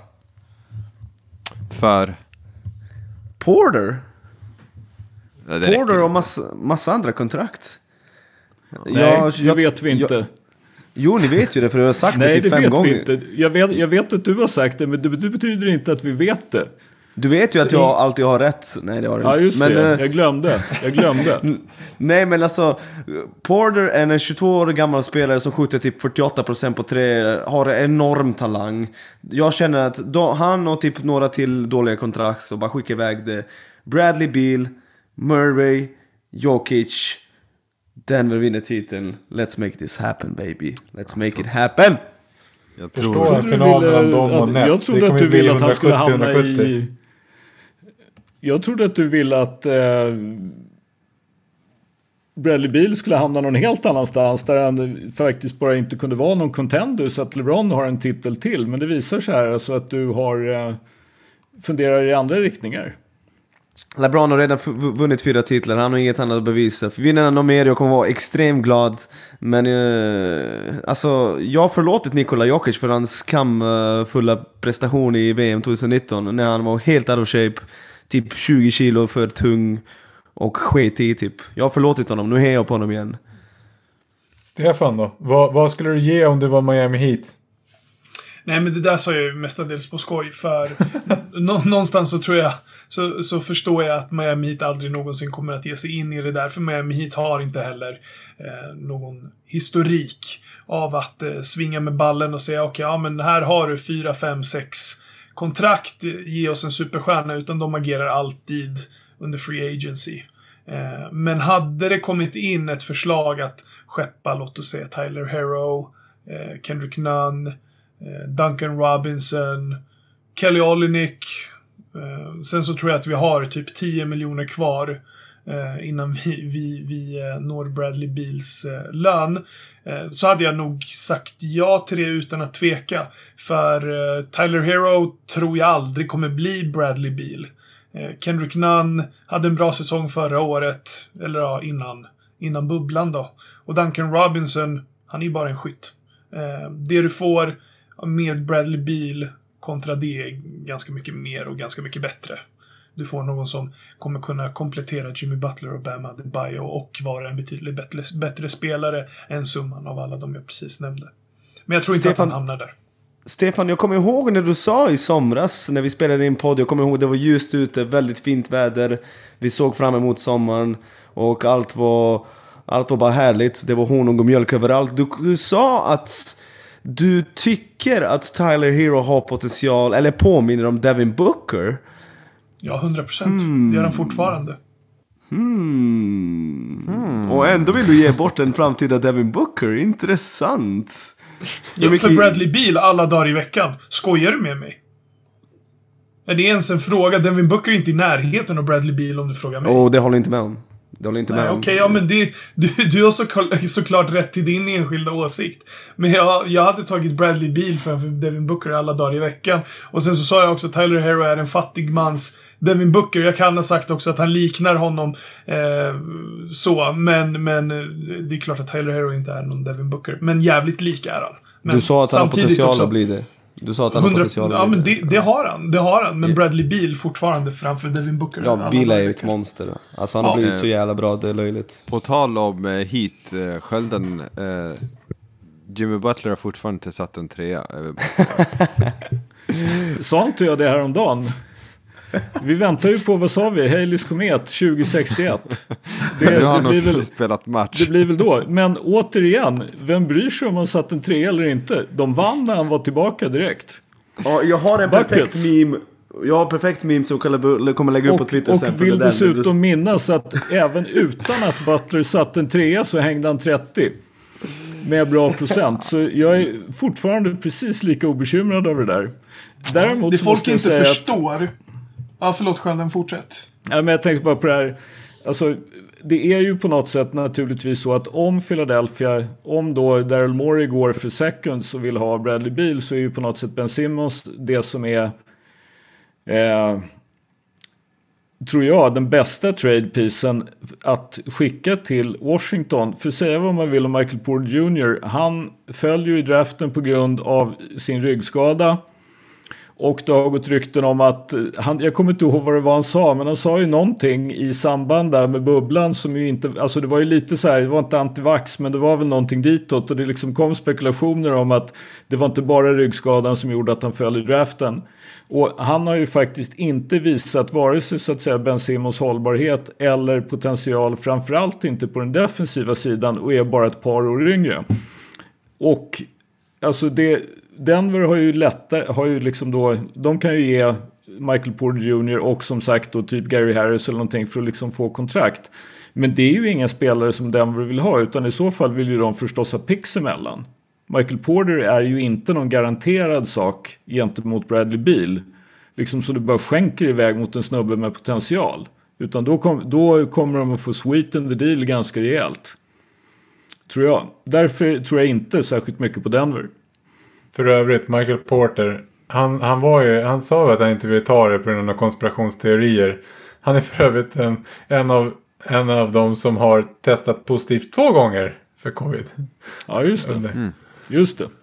För Porter räcker. och massa andra kontrakt. Nej, det vet vi inte. Jo, ni vet ju det, för du har sagt det typ 5 gånger. Nej, det vet vi inte. Jag vet att du har sagt det, men det betyder inte att vi vet det. Du vet ju att jag alltid har rätt. Nej, det har du inte. Ja, just men, det. Jag glömde. Nej, men alltså, Porter är en 22 år gammal spelare som skjuter typ 48% på 3, har enorm talang. Jag känner att han och typ några till dåliga kontrakt och bara skickar iväg det. Bradley Beal, Murray, Jokic, Denver vinner titeln. Let's make this happen, baby. Let's make it happen. Jag tror en final mellan dem och Nets. Jag trodde att du ville att han skulle hamna i... Jag trodde att du ville att Bradley Beal skulle hamna någon helt annanstans där han faktiskt bara inte kunde vara någon contender, så att LeBron har en titel till. Men det visar sig här alltså att du har funderar i andra riktningar. LeBron har redan vunnit 4 titlar. Han har inget annat att bevisa. Vinner han någon mer, jag kommer vara extremt glad. Men alltså, jag har förlåtit Nikola Jokic för hans skamfulla prestation i VM 2019 när han var helt out of shape, typ 20 kilo för tung och sket i typ. Jag har förlåtit honom, nu är jag på honom igen. Stefan då? Vad skulle du ge om du var Miami Heat? Nej, men det där sa jag ju mestadels på skoj, för någonstans så tror jag så förstår jag att Miami Heat aldrig någonsin kommer att ge sig in i det där, för Miami Heat har inte heller någon historik av att svinga med ballen och säga okej, ja, men här har du 4, 5, 6 kontrakt, ge oss en superstjärna, utan de agerar alltid under free agency. Men hade det kommit in ett förslag att skeppa, låt oss säga Tyler Herro, Kendrick Nunn, Duncan Robinson, Kelly Olynyk, sen så tror jag att vi har typ 10 miljoner kvar innan vi når Bradley Beals lön, så hade jag nog sagt ja till det utan att tveka, för Tyler Herro tror jag aldrig kommer bli Bradley Beal. Kendrick Nunn hade en bra säsong förra året, eller ja, innan bubblan då, och Duncan Robinson, han är ju bara en skytt. Det du får med Bradley Beal kontra det är ganska mycket mer och ganska mycket bättre. Du får någon som kommer kunna komplettera Jimmy Butler och Bam Adebayo och vara en betydligt bättre spelare än summan av alla de jag precis nämnde. Men jag tror inte att han hamnar där. Stefan, jag kommer ihåg när du sa i somras när vi spelade in podd, jag kommer ihåg det var ljust ute, väldigt fint väder, vi såg fram emot sommaren och allt var bara härligt, det var honung och mjölk överallt. Du sa att du tycker att Tyler Herro har potential, eller påminner om Devin Booker. Ja, 100%. Det gör han fortfarande. Och ändå vill du ge bort en framtida Devin Booker. Intressant. För Bradley Beal alla dagar i veckan. Skojar du med mig? Är det ens en fråga? Devin Booker är inte i närheten av Bradley Beal om du frågar mig. Det håller inte med om. Okej, ja, men du har såklart rätt till din enskilda åsikt. Men jag hade tagit Bradley Beal framför Devin Booker alla dagar i veckan. Och sen så sa jag också att Tyler Herro är en fattig mans Devin Booker. Jag kan ha sagt också att han liknar honom så. Men det är klart att Tyler Herro inte är någon Devin Booker. Men jävligt lik är han. Men du sa att han har potential också, att bli det. Du sa att han har potential. Ja, men det har han. Men Bradley Beal fortfarande framför Devin Booker. Ja, Beal är ju ett monster. Alltså han har blivit så jävla bra, det är löjligt. På tal om Heat, skölden, Jimmy Butler har fortfarande inte satt en 3. Sa inte jag det här om dagen? Vi väntar ju på, vad sa vi? Haleys komet 2061. Du har nog inte spelat match. Det blir väl då. Men återigen, vem bryr sig om han satt en 3 eller inte? De vann när han var tillbaka direkt. Ja, jag har en perfekt meme Jag har perfekt meme som kommer lägga upp på Twitter sen. Och vill dessutom minnas att även utan att Butler satt en 3 så hängde han 30. Med bra procent. Så jag är fortfarande precis lika obekymrad över det där. Däremot det så folk måste jag inte säga förstår. Ja, förlåt, Skölden, fortsätt. Ja, men jag tänkte bara på det här. Alltså, det är ju på något sätt naturligtvis så att om Philadelphia, om då Daryl Morey går för seconds och vill ha Bradley Beal, så är ju på något sätt Ben Simmons det som är tror jag den bästa trade-piecen att skicka till Washington. För säga vad man vill om Michael Porter Jr. Han föll ju i draften på grund av sin ryggskada. Och det har gått rykten om att jag kommer inte ihåg vad det var han sa, men han sa ju någonting i samband där med bubblan som ju inte, alltså det var ju lite så här, det var inte antivax, men det var väl någonting ditåt, och det liksom kom spekulationer om att det var inte bara ryggskadan som gjorde att han föll i draften. Och han har ju faktiskt inte visat vare sig så att säga Ben Simmons hållbarhet eller potential, framförallt inte på den defensiva sidan, och är bara ett par år yngre. Och alltså Denver har ju liksom då, de kan ju ge Michael Porter Jr. och som sagt då typ Gary Harris eller någonting för att liksom få kontrakt. Men det är ju inga spelare som Denver vill ha, utan i så fall vill ju de förstås ha picks emellan. Michael Porter är ju inte någon garanterad sak gentemot Bradley Beal. Liksom så du bara skänker iväg mot en snubbe med potential. Utan då kommer de att få sweeten the deal ganska rejält. Tror jag. Därför tror jag inte särskilt mycket på Denver. För övrigt, Michael Porter, han sa att han inte ville ta det på grund av konspirationsteorier. Han är för övrigt en av de som har testat positivt 2 gånger för covid. Ja, just det. Just det.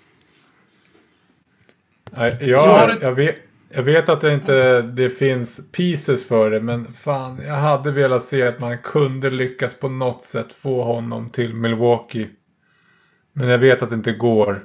Jag vet att det finns pieces för det, men fan, jag hade velat se att man kunde lyckas på något sätt få honom till Milwaukee. Men jag vet att det inte går.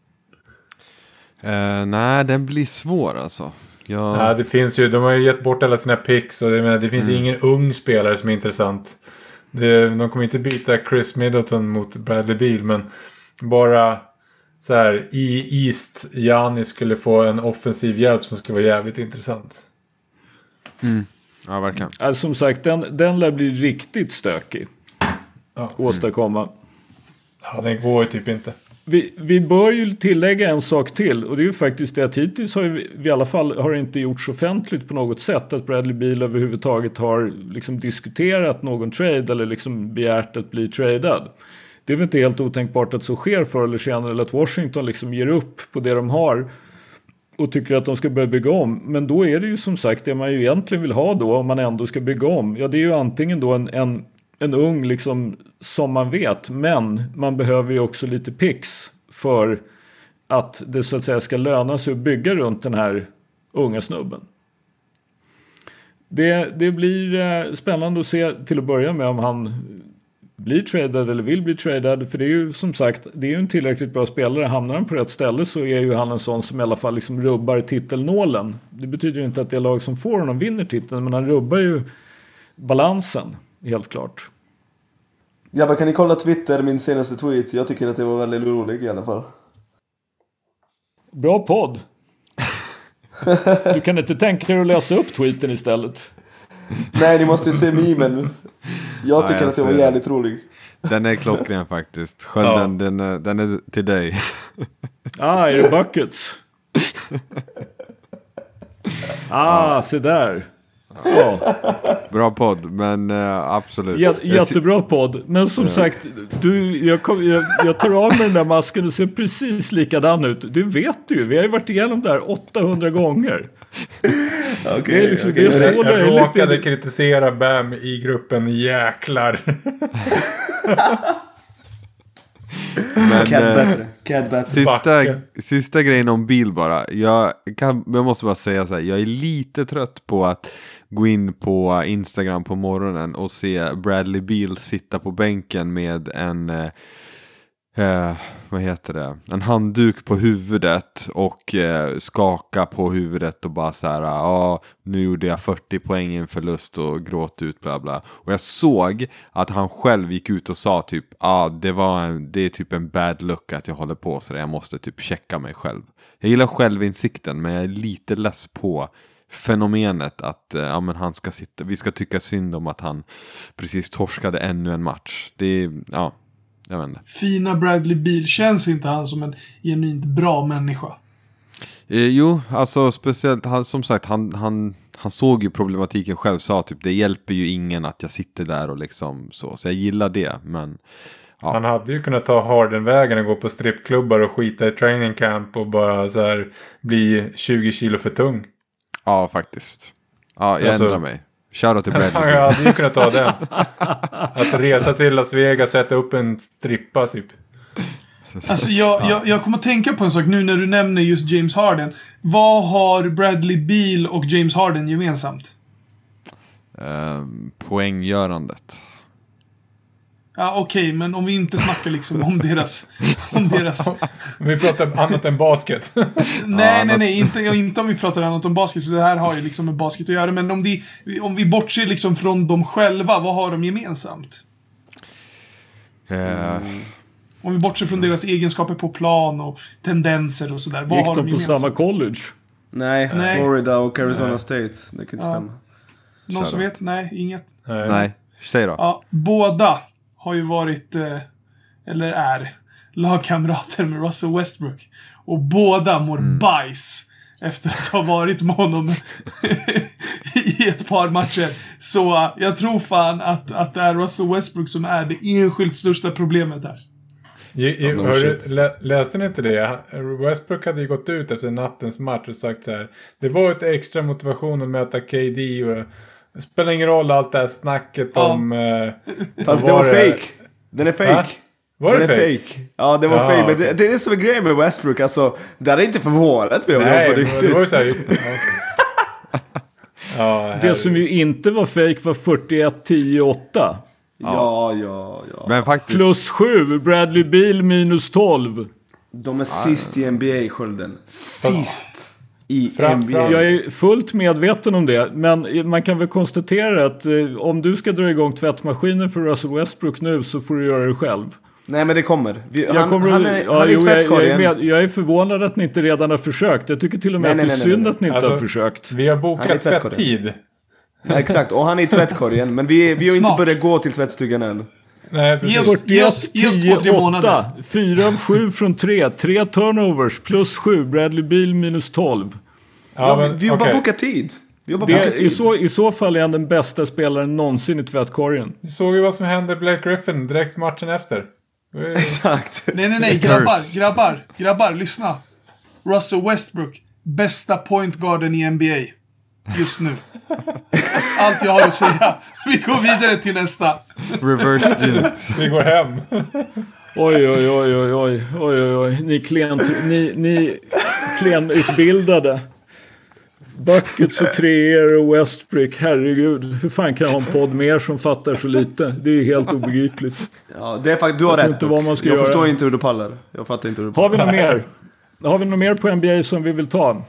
Nej, den blir svår alltså. Ja, det finns ju, de har ju gett bort alla sina picks, och det finns ju ingen ung spelare som är intressant. De kommer inte byta Chris Middleton mot Bradley Beal, men bara så här i East, Giannis skulle få en offensiv hjälp som skulle vara jävligt intressant. Ja, verkligen. Alltså, som sagt, den lär bli riktigt stökig. Åstadkomma. Ja, den går ju typ inte. Vi bör ju tillägga en sak till, och det är ju faktiskt det att hittills har vi i alla fall har det inte gjorts offentligt på något sätt att Bradley Beal överhuvudtaget har liksom diskuterat någon trade eller liksom begärt att bli tradad. Det är väl inte helt otänkbart att så sker förr eller senare, eller att Washington liksom ger upp på det de har och tycker att de ska börja bygga om. Men då är det ju som sagt det man ju egentligen vill ha då, om man ändå ska bygga om. Ja, det är ju antingen då en ung liksom som man vet, men man behöver ju också lite picks för att det så att säga ska löna sig att bygga runt den här unga snubben. Det blir spännande att se till att börja med om han blir tradad eller vill bli tradad, för det är ju som sagt, det är ju en tillräckligt bra spelare. Hamnar han på rätt ställe så är ju han en sån som i alla fall liksom rubbar titelnålen. Det betyder ju inte att det lag som får honom vinner titeln, men han rubbar ju balansen, helt klart. Ja, kan ni kolla Twitter, min senaste tweet? Jag tycker att det var väldigt rolig i alla fall. Bra podd. Du kan inte tänka dig att läsa upp tweeten istället? Nej, ni måste se memen. Jag tycker att det var jävligt rolig. Den är klockren faktiskt. Skölden, ja. den är till dig. Är det buckets? Se där. Ja. Bra podd, men absolut. Jättebra podd. Men som sagt, jag tar av mig den där masken och ser precis likadan ut. Du vet ju, vi har ju varit igenom det här 800 gånger. Okay, liksom, okay. Jag råkade kritisera Bam i gruppen jäklar. Men sista grejen om bil bara. Jag måste bara säga så här, jag är lite trött på att gå in på Instagram på morgonen och se Bradley Beal sitta på bänken med en en handduk på huvudet och skaka på huvudet och bara så här, nu gjorde jag 40 poäng i en förlust och gråt ut bla bla. Och jag såg att han själv gick ut och sa typ, det är typ en bad look att jag håller på så där, jag måste typ checka mig själv. Jag gillar självinsikten, men jag är lite less på fenomenet att men han ska sitta, vi ska tycka synd om att han precis torskade ännu en match. Det är, jag vet inte. Fina Bradley Beal, känns inte han som en genuint bra människa? Jo, alltså speciellt som sagt, han såg ju problematiken själv, sa typ det hjälper ju ingen att jag sitter där och liksom så jag gillar det, men ja. Han hade ju kunnat ta Harden-vägen och gå på strippklubbar och skita i training camp och bara så här bli 20 kilo för tung. Ja, faktiskt. Ja, jag ändrar mig. Shoutout till Bradley. Jag hade ju kunnat ta den. Att resa till Las Vegas och sätta upp en strippa typ. Alltså jag kommer att tänka på en sak nu när du nämner just James Harden. Vad har Bradley Beal och James Harden gemensamt? Poänggörandet. Ja, okej, men om vi inte snackar liksom om deras... Vi pratar annat än basket. nej, inte om vi pratar annat om basket, för det här har ju liksom med basket att göra. Men om vi bortser liksom från dem själva, vad har de gemensamt? Om vi bortser från deras egenskaper på plan och tendenser och sådär. Vad Gick har de de på gemensamt? samma college? Nej, Florida och Arizona State. Det kan inte stämma. Någon som vet? Nej, inget. Nej, säg då. Ja, båda har ju varit, eller är, lagkamrater med Russell Westbrook. Och båda mår bajs efter att ha varit med honom i ett par matcher. Så jag tror fan att det är Russell Westbrook som är det enskilt största problemet där. Läste ni inte det? Westbrook hade ju gått ut efter nattens match och sagt så här: det var ett extra motivation att möta KD och det spelar ingen roll allt det här snacket om... Fast det var fake. Den är fake. Var det fake? Ja, det var fake. Men det är det som är grejen med Westbrook. Alltså, det är inte förvånat med honom på riktigt. Det var ju så här... Det som ju inte var fake var 41-10-8. Ja. Men faktiskt... Plus 7, Bradley Beal minus 12. De är sist i NBA, Skölden. Sist i NBA. Jag är fullt medveten om det, men man kan väl konstatera att om du ska dra igång tvättmaskinen för Russell Westbrook nu så får du göra det själv. Nej, men det kommer. Han är i jag tvättkorgen. Jag är förvånad att ni inte redan har försökt. Jag tycker till och med att det är synd att ni inte har försökt. Vi har bokat tvätttid. Ja, exakt, och han är i tvättkorgen. Men vi har inte börjat gå till tvättstugan än. Nej, precis. Ge oss 2-3 månader. 4 av 7 från 3. 3 turnovers plus 7. Bradley Beal minus 12. Vi har bara bokat tid. I så fall är han den bästa spelaren någonsin i tvättkorgen. Vi såg ju vad som hände Blake Griffin direkt matchen efter. Exakt. Nej, grabbar, lyssna. Russell Westbrook, bästa point guarden i NBA just nu. Allt jag har att säga. Vi går vidare till nästa. Reverse jinx. Vi går hem. Oj. Ni klenutbildade. Buckets och treor och Westbrook, herregud. Hur fan kan jag ha en podd med er som fattar så lite? Det är helt obegripligt. Ja, det är faktiskt, du har rätt. Inte vad man ska jag göra. Förstår inte hur du pallar. Jag fattar inte hur du pallar. Har vi något mer på NBA som vi vill ta?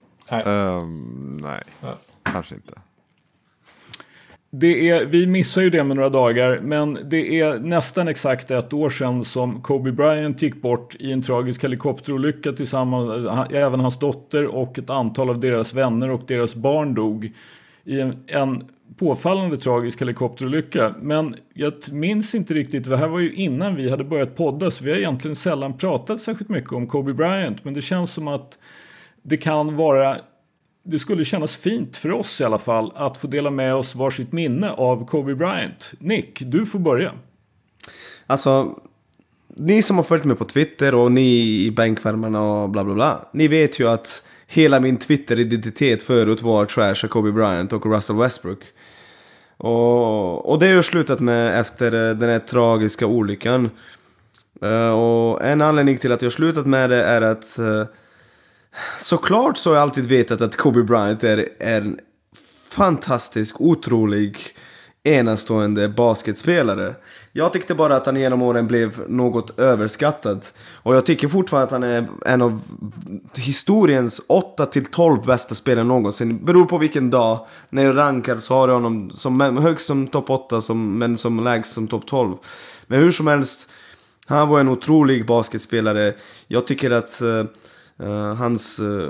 Nej, kanske inte. Vi missar ju det med några dagar, men det är nästan exakt ett år sedan som Kobe Bryant gick bort i en tragisk helikopterolycka tillsammans, även hans dotter och ett antal av deras vänner och deras barn dog i en påfallande tragisk helikopterolycka. Men jag minns inte riktigt, det här var ju innan vi hade börjat podda, så vi har egentligen sällan pratat särskilt mycket om Kobe Bryant, men det känns som att det skulle kännas fint för oss i alla fall att få dela med oss varsitt minne av Kobe Bryant. Nick, du får börja. Alltså, ni som har följt mig på Twitter och ni i bänkvärmarna och bla bla bla. Ni vet ju att hela min Twitter-identitet förut var trash av Kobe Bryant och Russell Westbrook. Och det har jag slutat med efter den här tragiska olyckan. Och en anledning till att jag har slutat med det är att... såklart så har jag alltid vetat att Kobe Bryant är en fantastisk, otrolig, enastående basketspelare. Jag tyckte bara att han genom åren blev något överskattad. Och jag tycker fortfarande att han är en av historiens 8-12 bästa spelare någonsin. Beror på vilken dag. När jag rankar så har jag honom som högst som topp 8, men som lägst som topp 12. Men hur som helst, han var en otrolig basketspelare. Jag tycker att... hans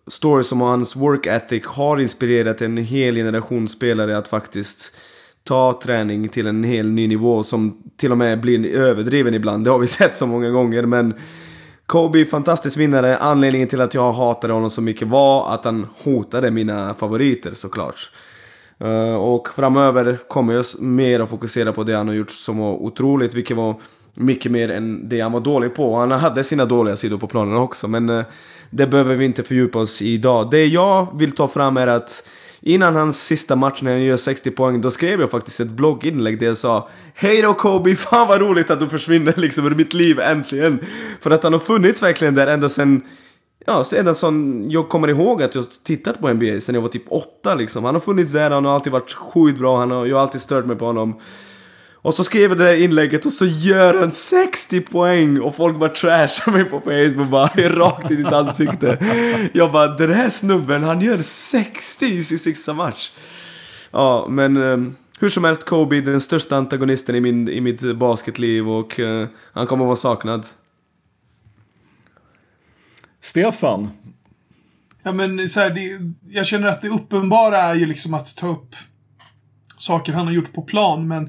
stories om hans work ethic har inspirerat en hel generation spelare att faktiskt ta träning till en hel ny nivå som till och med blir överdriven ibland. Det har vi sett så många gånger, men Kobe, fantastisk vinnare. Anledningen till att jag hatade honom så mycket var att han hotade mina favoriter, såklart. Och framöver kommer jag mer att fokusera på det han har gjort som var otroligt, vilket var mycket mer än det han var dålig på. Han hade sina dåliga sidor på planen också, men det behöver vi inte fördjupa oss i idag. Det jag vill ta fram är att innan hans sista match när han gör 60 poäng, då skrev jag faktiskt ett blogginlägg där jag sa: hej då Kobe, fan vad roligt att du försvinner liksom ur mitt liv äntligen. För att han har funnits verkligen där ända sedan som jag kommer ihåg att jag tittat på NBA sen jag var typ 8 liksom. Han har funnits där, han har alltid varit sjukt bra, jag har alltid stört mig på honom. Och så skrev jag det där inlägget och så gör han 60 poäng och folk bara trashar mig på Facebook, bara rakt i ditt ansikte. Jag bara, den här snubben, han gör 60 i sin sista match. Ja, men hur som helst, Kobe, den största antagonisten i mitt basketliv, och han kommer att vara saknad. Stefan? Ja, men så här, jag känner att det uppenbara är ju liksom att ta upp saker han har gjort på plan, men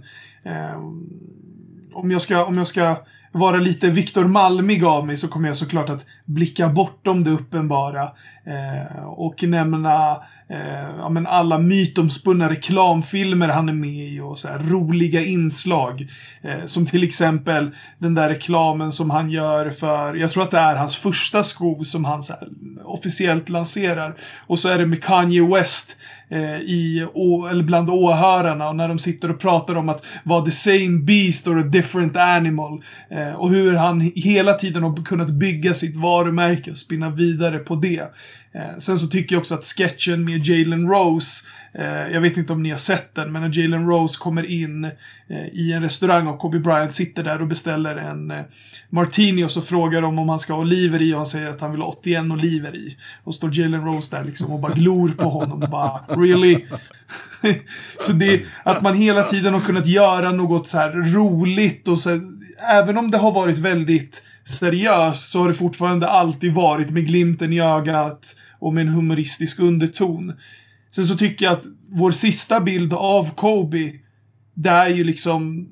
om jag ska vara lite Victor Malmig av mig, så kommer jag såklart att blicka bortom det uppenbara och nämna men alla mytomspunna reklamfilmer han är med i och så här roliga inslag, som till exempel den där reklamen som han gör för, jag tror att det är hans första sko som han så här officiellt lanserar, och så är det med Kanye West eller bland åhörarna, och när de sitter och pratar om att vara the same beast or a different animal, och hur han hela tiden har kunnat bygga sitt varumärke och spinna vidare på det. Sen så tycker jag också att sketchen med Jalen Rose, jag vet inte om ni har sett den, men när Jalen Rose kommer in i en restaurang och Kobe Bryant sitter där och beställer en martini, och så frågar de om han ska ha oliver i, och han säger att han vill ha 81 oliver i, och står Jalen Rose där liksom och bara glor på honom och bara, really? Så det, att man hela tiden har kunnat göra något så här roligt, och så, även om det har varit väldigt seriöst, så har det fortfarande alltid varit med glimten i ögat och med en humoristisk underton. Sen så tycker jag att vår sista bild av Kobe, det är ju liksom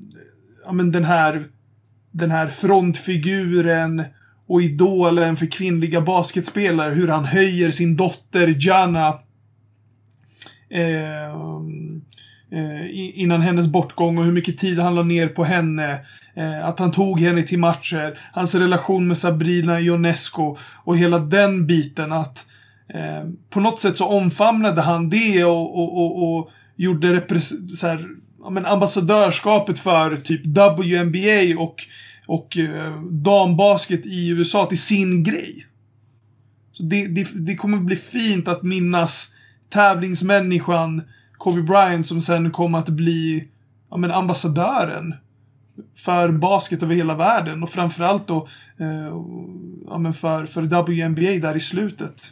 den här frontfiguren och idolen för kvinnliga basketspelare, hur han höjer sin dotter Gianna innan hennes bortgång, och hur mycket tid han la ner på henne, att han tog henne till matcher, hans relation med Sabrina Ionescu och hela den biten, att på något sätt så omfamnade han det och gjorde så här, ambassadörskapet för typ WNBA och dambasket i USA till sin grej. Så det kommer bli fint att minnas tävlingsmänniskan Kobe Bryant, som sen kom att bli ambassadören för basket över hela världen, och framförallt då för WNBA där i slutet.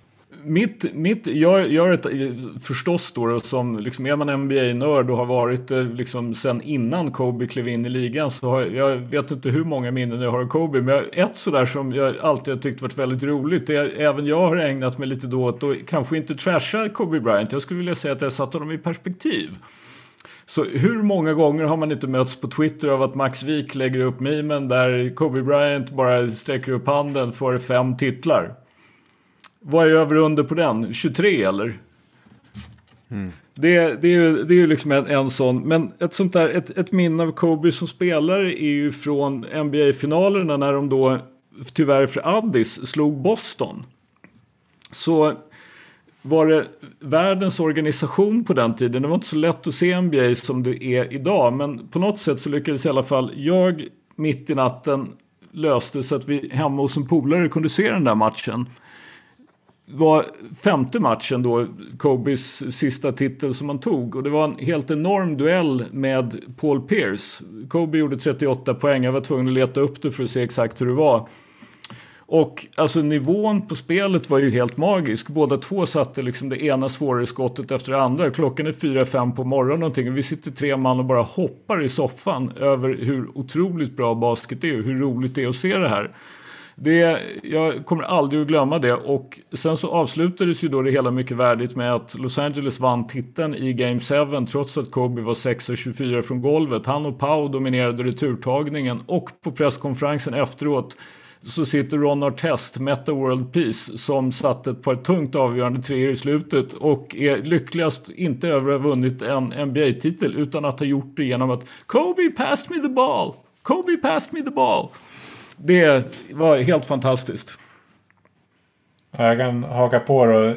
Jag gör ett förstås då, som liksom, är man NBA-nörd och har varit liksom sen innan Kobe klev in i ligan, så jag vet inte hur många minnen jag har av Kobe, men ett sådär som jag alltid har tyckt varit väldigt roligt, det är, även jag har ägnat mig lite då åt, och kanske inte trasha Kobe Bryant, jag skulle vilja säga att jag satt honom i perspektiv. Så hur många gånger har man inte mötts på Twitter av att Max Wik lägger upp memen där Kobe Bryant bara sträcker upp handen för 5 titlar? Vad är över under på den? 23 eller? Mm. Det är ju liksom en sån. Men ett sånt där, ett minne av Kobe som spelare är ju från NBA-finalerna, när de då tyvärr för Addis slog Boston. Så var det världens organisation på den tiden. Det var inte så lätt att se NBA som det är idag, men på något sätt så lyckades i alla fall jag mitt i natten löste så att vi hemma hos en polare kunde se den där matchen. Var 5:e matchen då, Kobes sista titel som han tog, och det var en helt enorm duell med Paul Pierce. Kobe gjorde 38 poäng, jag var tvungen att leta upp det för att se exakt hur det var. Och alltså nivån på spelet var ju helt magisk. Båda två satte liksom det ena svårare skottet efter det andra. Klockan är 4-5 på morgonen någonting, och vi sitter 3 man och bara hoppar i soffan över hur otroligt bra basket är och hur roligt det är att se det här. Jag kommer aldrig att glömma det. Och sen så avslutades ju då det hela mycket värdigt med att Los Angeles vann titeln i Game 7 trots att Kobe var 6-24 från golvet. Han och Pau dominerade returtagningen, och på presskonferensen efteråt så sitter Ron Artest, Meta World Peace, som satt ett par tungt avgörande treor i slutet och är lyckligast inte över att ha vunnit en NBA-titel utan att ha gjort det genom att Kobe passed me the ball! Kobe passed me the ball! Det var helt fantastiskt. Jag kan haka på då.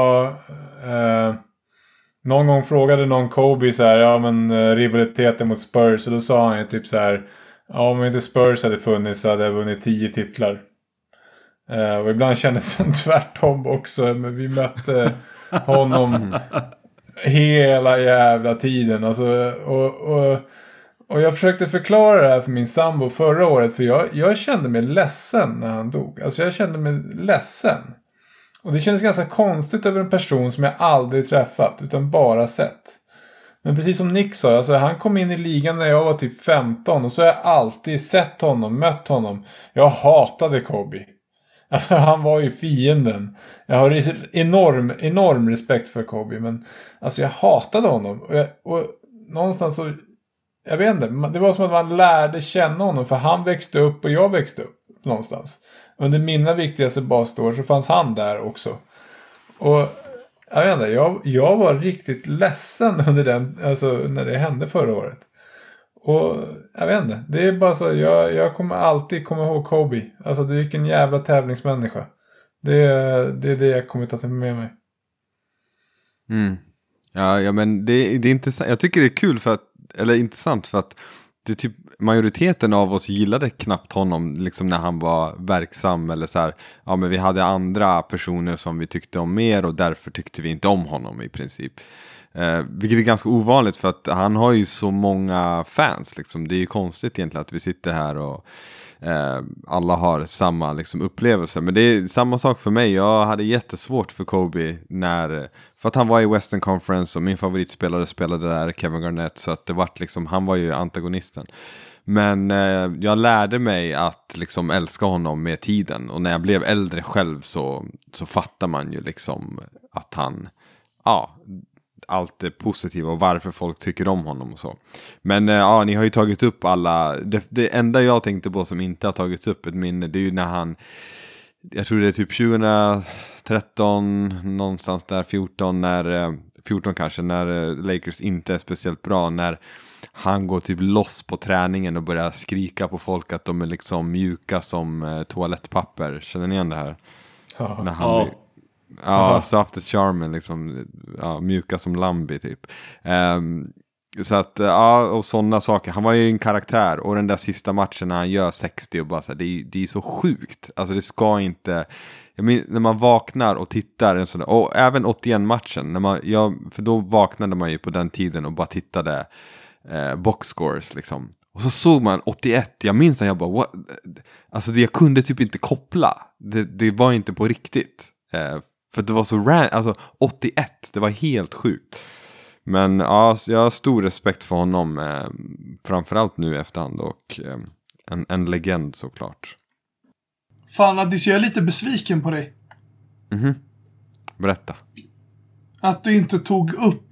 Någon gång frågade någon Kobe så här, rivaliteten mot Spurs, och då sa han ju typ så här: om inte Spurs hade funnits så hade jag vunnit 10 titlar. Och ibland kändes det som tvärtom också. Men vi mötte honom hela jävla tiden. Alltså, och jag försökte förklara det här för min sambo förra året. För jag kände mig ledsen när han dog. Alltså jag kände mig ledsen. Och det kändes ganska konstigt över en person som jag aldrig träffat, utan bara sett. Men precis som Nick sa, alltså han kom in i ligan när jag var typ 15. Och så har jag alltid sett honom, mött honom. Jag hatade Kobe. Alltså, han var ju fienden. Jag har enorm respekt för Kobe. Men alltså jag hatade honom. Och någonstans så, jag vet inte, det var som att man lärde känna honom. För han växte upp och jag växte upp någonstans. Under mina viktigaste basår så fanns han där också. Och jag vet inte, jag var riktigt ledsen under den, alltså när det hände förra året. Och jag vet inte, det är bara så, jag kommer alltid komma ihåg Kobe. Alltså det är vilken jävla tävlingsmänniska. Det är det jag kommer ta med mig. Ja, men det är intressant. Jag tycker det är kul intressant för att det är typ majoriteten av oss gillade knappt honom liksom när han var verksam, eller så här, ja men vi hade andra personer som vi tyckte om mer och därför tyckte vi inte om honom i princip. Vilket är ganska ovanligt för att han har ju så många fans liksom. Det är ju konstigt egentligen att vi sitter här och alla har samma liksom upplevelse. Men det är samma sak för mig. Jag hade jättesvårt för Kobe för att han var i Western Conference och min favoritspelare spelade där, Kevin Garnett, så att det var liksom, han var ju antagonisten. Men jag lärde mig att liksom älska honom med tiden, och när jag blev äldre själv så fattar man ju liksom att han, allt det positiva och varför folk tycker om honom och så. Men ni har ju tagit upp alla. Det enda jag tänkte på som inte har tagits upp ett minne, det är ju när han, jag tror det är typ 2013 någonstans där, 14 kanske, när Lakers inte är speciellt bra, när han går typ loss på träningen och börjar skrika på folk att de är liksom mjuka som toalettpapper. Känner ni igen det här? Ja. När han blir, soft as charming liksom, mjuka som Lambi typ. Så att, och sådana saker. Han var ju en karaktär, och den där sista matchen när han gör 60 och bara så här, det är så sjukt. Alltså det ska inte, när man vaknar och tittar en sån, och även 81-matchen för då vaknade man ju på den tiden och bara tittade boxscores liksom. Och så såg man 81, jag minns att jag bara what? Alltså jag kunde typ inte koppla. Det var inte på riktigt. För det var så alltså 81, det var helt sjukt. Men ja, jag har stor respekt för honom, framförallt nu efterhand, och en legend såklart. Fan Addis, jag är lite besviken på dig. Berätta. Att du inte tog upp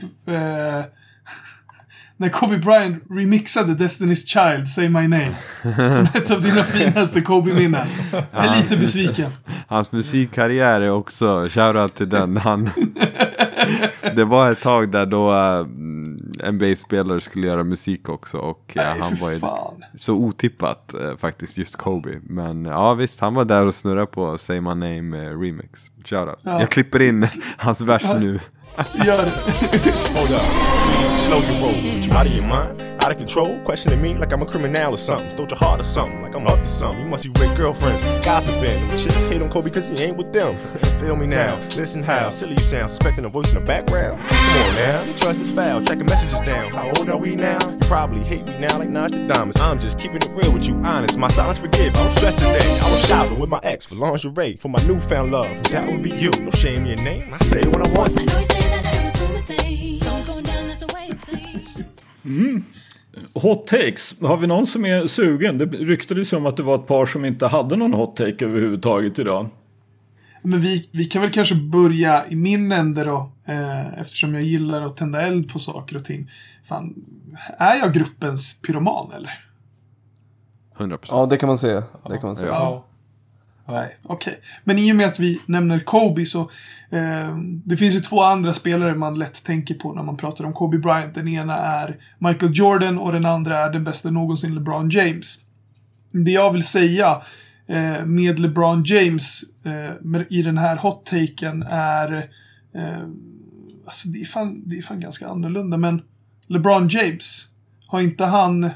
när Kobe Bryant remixade Destiny's Child, Say My Name, som ett av dina finaste Kobe-minnen. Jag är lite besviken. Hans musikkarriär är också, shoutout till den. Det var ett tag där då NBA-spelare skulle göra musik också, och han var ju så otippat faktiskt, just Kobe. Men ja visst, han var där och snurrade på Say My Name remix. Shoutout. Ja. Jag klipper in hans vers nu. Gör det. Hold up, slow your roll. You out of your mind, out of control, questioning me like I'm a criminal or something. Stole your heart or something, like I'm up to something. You must be with girlfriends, gossiping. Chicks hate on Kobe cause he ain't with them. Feel me now, listen how silly you sound, suspecting a voice in the background. Come on now, you trust is foul, checking messages down. How old are we now? You probably hate me now like Nostradamus. I'm just keeping it real with you, honest. My silence forgive, I was stressed today. I was shopping with my ex for lingerie, for my newfound love. That would be you, no shame in your name. I say what I want. hot takes. Har vi någon som är sugen? Det ryktades ju om att det var ett par som inte hade någon hot take överhuvudtaget idag. Men vi kan väl kanske börja i min ände då. Eftersom jag gillar att tända eld på saker och ting. Fan, är jag gruppens pyroman eller? 100%. Ja, det kan man säga. Det kan man säga. Ja. Nej, okej. Men i och med att vi nämner Kobe så det finns ju 2 andra spelare man lätt tänker på när man pratar om Kobe Bryant. Den ena är Michael Jordan och den andra är den bästa någonsin LeBron James. Det jag vill säga med LeBron James i den här hot-taken är alltså det är fan ganska annorlunda, men LeBron James har inte han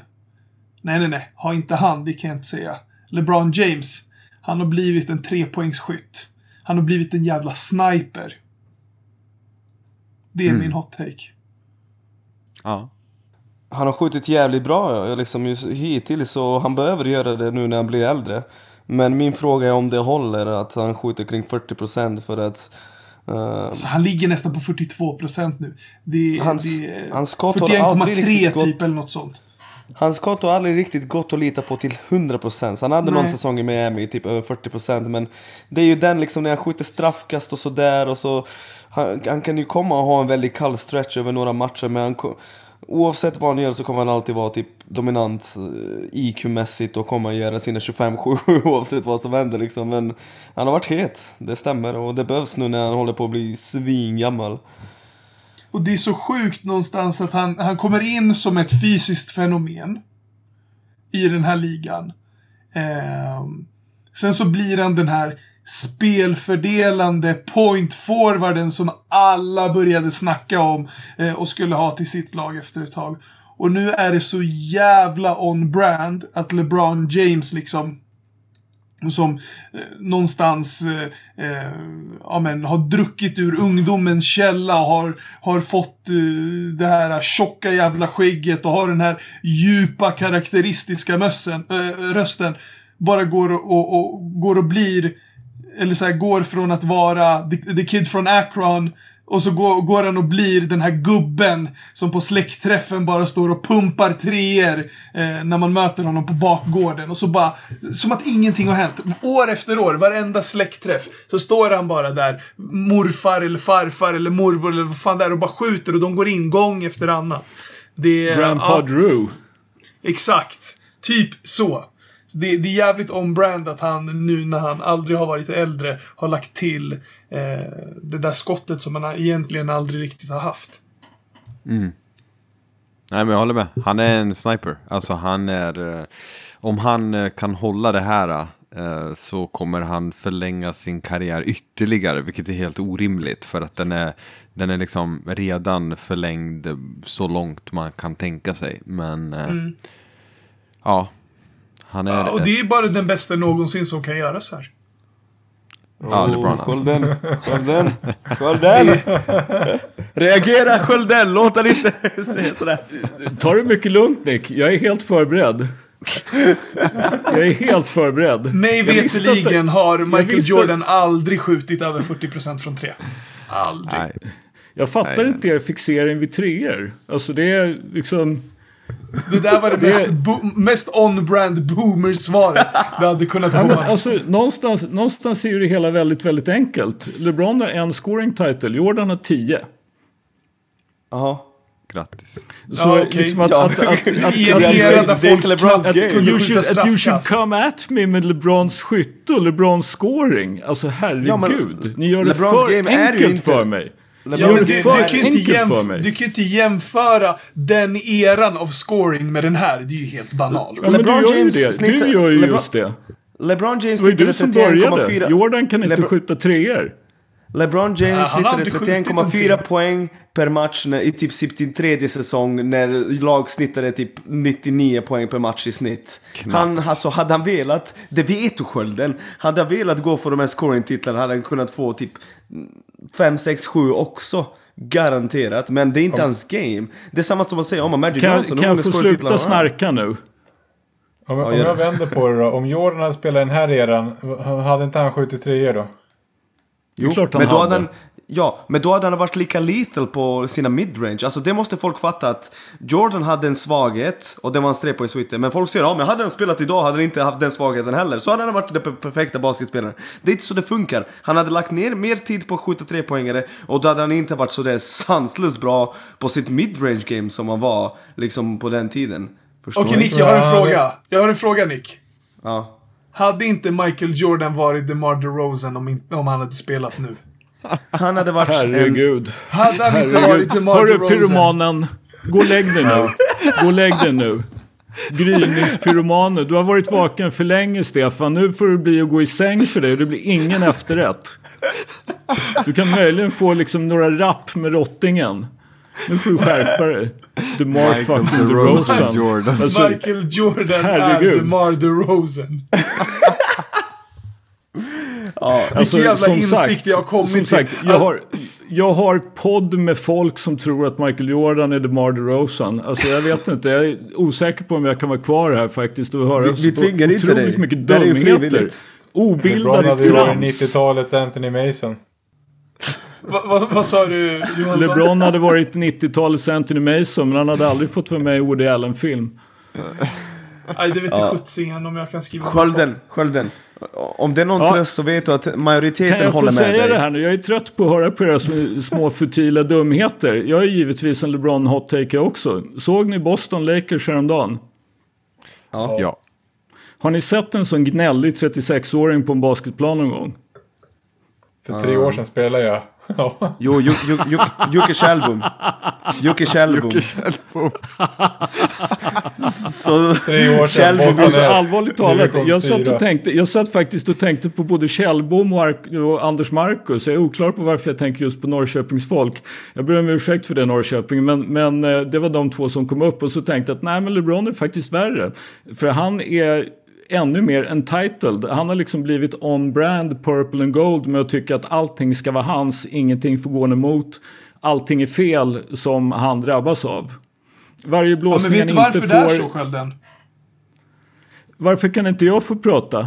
det kan jag inte säga. LeBron James, han har blivit en 3-poängsskytt. Han har blivit en jävla sniper. Det är min hot take. Ja. Han har skjutit jävligt bra liksom just hittills, så han behöver göra det nu när han blir äldre. Men min fråga är om det håller att han skjuter kring 40% för att alltså, han ligger nästan på 42% nu. Hans skott har aldrig riktigt 41,3 typ eller något sånt. Hans skott har aldrig riktigt gått att lita på till 100%. Han hade någon säsong i Miami typ över 40%, men det är ju den liksom när han skjuter straffkast och sådär, och så han kan ju komma och ha en väldigt kall stretch över några matcher, men oavsett vad han gör så kommer han alltid vara typ dominant IQ-mässigt och kommer göra sina 25-7 oavsett vad som händer liksom. Men han har varit het, det stämmer, och det behövs nu när han håller på att bli svingammal. Och det är så sjukt någonstans att han kommer in som ett fysiskt fenomen i den här ligan. Sen så blir han den här spelfördelande point-forwarden som alla började snacka om och skulle ha till sitt lag efter ett tag. Och nu är det så jävla on-brand att LeBron James liksom som någonstans har druckit ur ungdomens källa och har fått det här tjocka jävla skägget och har den här djupa karaktäristiska rösten, bara går och blir, eller så här, går från att vara the kid från Akron, och så går han och blir den här gubben som på släktträffen bara står och pumpar treor när man möter honom på bakgården. Och så bara, som att ingenting har hänt. År efter år, varenda släktträff, så står han bara där, morfar eller farfar eller morbror eller vad fan där, och bara skjuter, och de går in gång efter annan. Grandpa Drew. Exakt. Typ så. Det är jävligt on-brand att han nu när han aldrig har varit äldre har lagt till det där skottet som han egentligen aldrig riktigt har haft. Nej, men jag håller med. Han är en sniper. Alltså han är, om han kan hålla det här så kommer han förlänga sin karriär ytterligare, vilket är helt orimligt, för att den är liksom redan förlängd så långt man kan tänka sig. Men ja, han är, och det är bara den bästa någonsin som kan göra så här. Ja, LeBron Skölden. Reagera, Skölden. Låt han inte säga sådär. Ta det mycket lugnt, Nick. Jag är helt förberedd. Mig veteligen har Michael Jordan aldrig skjutit över 40% från 3. Aldrig. Nej. Jag fattar inte er fixering vid treor. Alltså det är liksom... Det där var det mest on-brand boomer-svaret det hade kunnat komma. Ja, men alltså, någonstans är ju det hela väldigt, väldigt enkelt. LeBron har en scoring title, Jordan har 10. Jaha. Grattis. Så liksom att you should come at me med LeBrons skytte och LeBrons scoring. Alltså herregud, ni gör det för enkelt för mig. Du kan inte jämföra den eran av scoring med den här. Det är ju helt banalt. Ja, men du gör ju just det. LeBron James snittade 31,4. Jordan kan inte skjuta treor. LeBron James snittade 31,4 poäng per match i typ sin tredje säsong, när lag snittade typ 99 poäng per match i snitt. Alltså, hade han velat, det vet du Skölden, hade han velat gå för de här scoring-titlarna hade han kunnat få typ 5, 6, 7 också. Garanterat, men det är inte hans game. Det är samma som att säga om Magic Johnson. Kan jag få sluta snarka nu? Om jag vänder på det då. Om Jordan hade spelat den här eran, hade inte han skjutit 3 då? Jo, klart men då hade han, Ja, men då hade han varit lika lethal på sina midrange. Alltså det måste folk fatta, att Jordan hade en svaghet och det var en streck på i Twitter. Men folk säger, men hade han spelat idag hade han inte haft den svagheten heller. Så hade han varit den perfekta basketspelaren. Det är inte så det funkar. Han hade lagt ner mer tid på att skjuta 3-poängare, och då hade han inte varit så där sanslöst bra på sitt midrange game som han var liksom på den tiden. Okej, Nick, jag har en fråga, Nick. Ja. Hade inte Michael Jordan varit DeMar DeRozan om han hade spelat nu? Han hade varit Herregud. Hade han inte varit DeMar Hörru, DeRozan? pyromanen. Gå och lägg dig nu. Gå och lägg dig nu. Gryningspyromanen. Du har varit vaken för länge, Stefan. Nu får det bli att gå i säng för dig. Och det blir ingen efterrätt. Du kan möjligen få liksom några rapp med rottingen. Nu får du skärpa dig. DeMar fucking DeRozan. Jordan. Alltså, Michael Jordan herregud. är DeMar DeRozan. Ja, vilken jävla insikt jag har kommit som sagt, jag har podd med folk som tror att Michael Jordan är DeMar DeRozan. Alltså jag vet inte, jag är osäker på om jag kan vara kvar här faktiskt och höra vi tvingar inte dig. Mycket Det är ju dumheter. frivilligt. Obildad LeBron hade varit trams. 90-talets Anthony Mason. Vad sa du, Johansson? LeBron hade varit 90-talets Anthony Mason, men han hade aldrig fått vara med i Woody Allen-film. Nej, det vet inte skjutsingen om jag kan skriva. Skölden. Om det är någon tröst så vet du att majoriteten håller med dig. Kan jag få säga det här nu? Jag är trött på att höra på era små futila dumheter. Jag är givetvis en LeBron hot take också. Såg ni Boston Lakers häromdagen? Ja. Har ni sett en sån gnällig 36-åring på en basketplan någon gång? För 3 år sedan spelade jag. Ja. Jo, Jocke Kjellbom. Så 3 år sedan. Kjellbom, Alltså allvarligt talat, Division jag satt faktiskt och tänkte på både Kjellbom och Anders Marcus. Jag är oklar på varför jag tänker just på Norrköpings folk. Jag ber om ursäkt för det, Norrköping, men det var de två som kom upp, och så tänkte jag att nej, men LeBron är faktiskt värre. För han är ännu mer entitled. Han har liksom blivit on-brand purple and gold med att tycka att allting ska vara hans, ingenting får gå emot, allting är fel som han drabbas av. Varje blåsning men vet du varför inte det är får... så, Skölden? Varför kan inte jag få prata?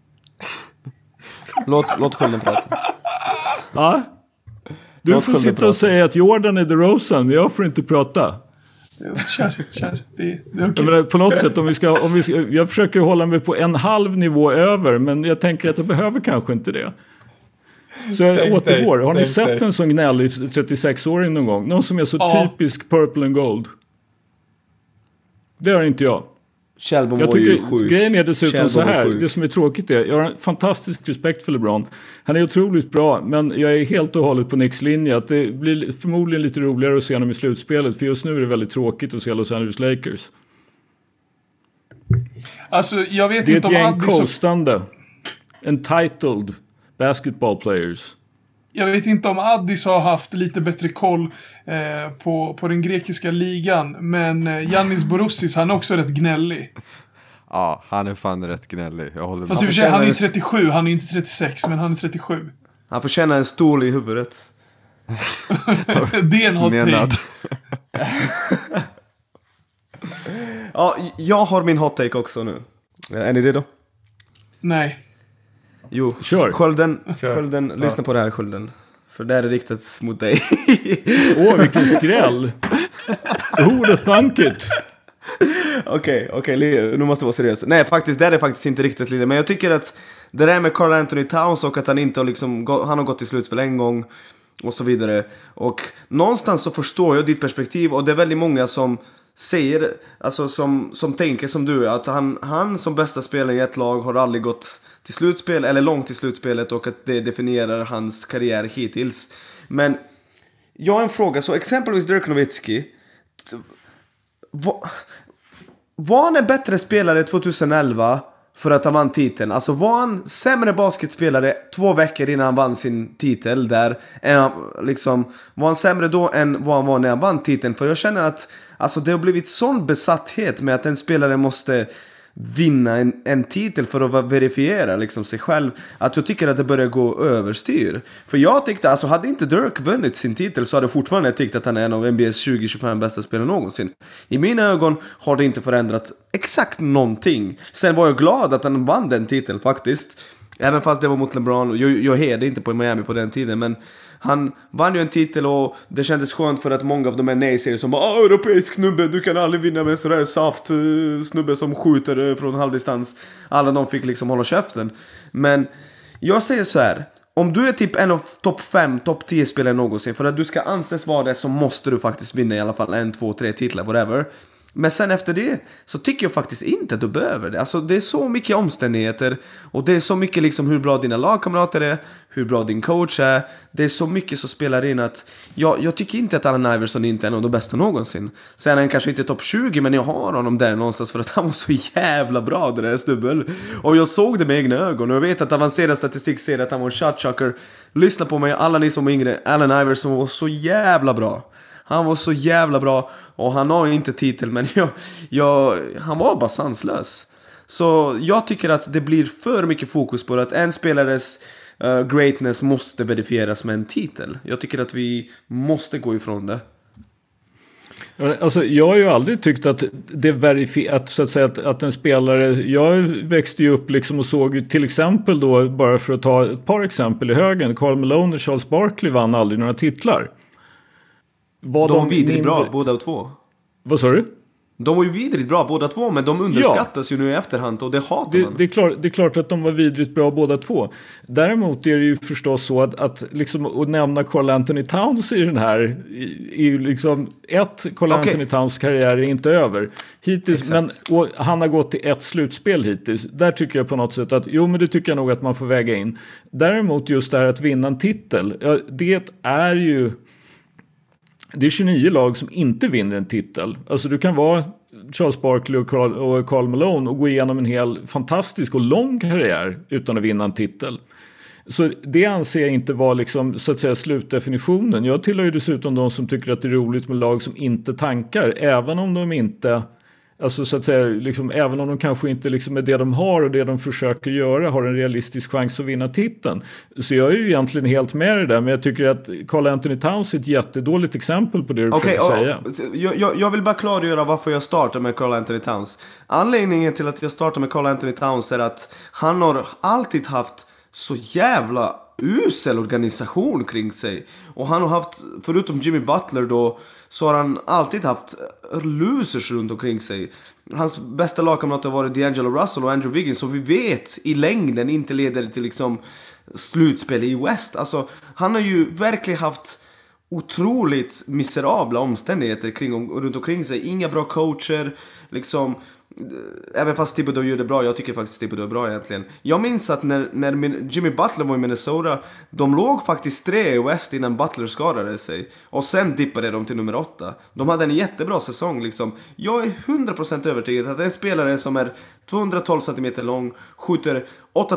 Låt Skölden prata. Ja? Du Låt får Skölden sitta prata. och säga att Jordan är DeRozan, men jag får inte prata. Kör. Det är Jag okej. menar, på något sätt, om vi ska, jag försöker hålla mig på en halv nivå över, men jag tänker att jag behöver kanske inte det. Så jag Sänk återgår. dig, Har ni sänk sett dig. en sån gnällig 36-åring någon gång? Någon som är så typisk purple and gold? Det har inte jag. Kjellbom Jag var ju tycker sjuk. grejen är dessutom Kjellbom så var här. sjuk. Det som är tråkigt är, jag har en fantastisk respekt för LeBron. Han är otroligt bra, men jag är helt och hållet på Knicks linje. Att det blir förmodligen lite roligare att se honom i slutspelet. För just nu är det väldigt tråkigt att se Los Angeles Lakers. Alltså, jag vet Det är inte ett om gäng Addis... coastande, entitled basketball players. Jag vet inte om Addis har haft lite bättre koll på den grekiska ligan. Men Giannis Boussis, han är också rätt gnällig. Ja, han är fan rätt gnällig. Jag håller Fast i och med. för sig, han är ju 37. Han är inte 36, men han är 37. Han förtjänar en stol i huvudet. Det är en hot Menad. take. Ja, jag har min hot take också nu. Är ni redo? Nej. Jo, Kör. Skölden, lyssna på det här, Skölden. För det här är riktat mot dig. Vilken skräll. Who would have thunk it? Okej, nu måste jag vara seriös. Nej, faktiskt, det är faktiskt inte riktigt lite. Men jag tycker att det där med Karl Anthony Towns och att han inte har liksom, han har gått till slutspel en gång och så vidare. Och någonstans så förstår jag ditt perspektiv, och det är väldigt många som säger, alltså som tänker som du, att han som bästa spelare i ett lag har aldrig gått till slutspel eller långt till slutspelet, och att det definierar hans karriär hittills. Men jag har en fråga, så exempelvis Dirk Nowitzki, var han en bättre spelare 2011 för att han vann titeln? Alltså var han sämre basketspelare 2 veckor innan han vann sin titel där? Liksom, var han sämre då än vad han var när han vann titeln? För jag känner att alltså, det har blivit sån besatthet med att en spelare måste vinna en titel för att verifiera liksom sig själv, att jag tycker att det börjar gå överstyr. För jag tyckte, alltså hade inte Dirk vunnit sin titel så hade jag fortfarande tyckt att han är en av NBAs 20-25 bästa spelare någonsin. I mina ögon har det inte förändrat exakt någonting. Sen var jag glad att han vann den titeln faktiskt. Även fast det var mot LeBron. Jag hedde inte på Miami på den tiden, men Han vann ju en titel och det kändes skönt för att många av de här nej-serier som bara europeisk snubbe, du kan aldrig vinna med sådär saft snubbe som skjuter från halvdistans. Alla de fick liksom hålla käften. Men jag säger så här: om du är typ en av topp 5, topp 10 spelare någonsin, för att du ska anses vara det, så måste du faktiskt vinna i alla fall 1, 2, 3 titlar, whatever. Men sen efter det så tycker jag faktiskt inte att du behöver det. Alltså det är så mycket omständigheter. Och det är så mycket liksom hur bra dina lagkamrater är, hur bra din coach är. Det är så mycket som spelar in att jag tycker inte att Allen Iverson inte är en av de bästa någonsin. Sen är han kanske inte topp 20, men jag har honom där någonstans för att han var så jävla bra, det där snubbel. Och jag såg det med egna ögon. Och jag vet att avancerad statistik säger att han var en shotchucker. Lyssna på mig, alla ni som är yngre. Allen Iverson var så jävla bra. Han var så jävla bra. Och han har inte titel, men han var bara sanslös. Så jag tycker att det blir för mycket fokus på att en spelares greatness måste verifieras med en titel. Jag tycker att vi måste gå ifrån det. Alltså, jag har ju aldrig tyckt att det att en spelare... Jag växte ju upp liksom och såg ju till exempel då, bara för att ta ett par exempel i högen, Karl Malone och Charles Barkley vann aldrig några titlar. Var de vidrigt bra, båda två? Vad sa du? De var ju vidrigt bra båda två, men de underskattas ju nu i efterhand och det hatar man. Det är klart att de var vidrigt bra båda två. Däremot är det ju förstås så att liksom, att nämna Karl Anthony Towns i den här är ju liksom Karl Anthony Towns karriär är inte över hittills, men och han har gått till ett slutspel hittills. Där tycker jag på något sätt att men det tycker jag nog att man får väga in. Däremot just det här att vinna en titel, det är 29 lag som inte vinner en titel. Alltså du kan vara Charles Barkley och Karl Malone och gå igenom en hel fantastisk och lång karriär utan att vinna en titel. Så det anser jag inte vara liksom, så att säga, slutdefinitionen. Jag tillhör ju dessutom de som tycker att det är roligt med lag som inte tankar, även om de inte... Alltså så att säga, liksom, även om de kanske inte liksom med det de har och det de försöker göra har en realistisk chans att vinna titeln. Så jag är ju egentligen helt med det där, men jag tycker att Karl Anthony Towns är ett jättedåligt exempel på det du försöker säga. Jag vill bara klargöra varför jag startar med Karl Anthony Towns. Anledningen till att jag startar med Karl Anthony Towns är att han har alltid haft så jävla usel organisation kring sig. Och han har haft, förutom Jimmy Butler då, så har han alltid haft losers runt omkring sig. Hans bästa lagkamrater har varit D'Angelo Russell och Andrew Wiggins, som vi vet i längden inte leder till liksom slutspel i West. Alltså, han har ju verkligen haft otroligt miserabla omständigheter runt omkring sig. Inga bra coacher, liksom. Även fast Thibodeau gör det bra. Jag tycker faktiskt Thibodeau är bra egentligen. Jag minns att när Jimmy Butler var i Minnesota, de låg faktiskt 3 i West innan Butler skadade sig. Och sen dippade de till nummer 8. De hade en jättebra säsong liksom. Jag är 100% övertygad att en spelare som är 212 cm lång, skjuter 8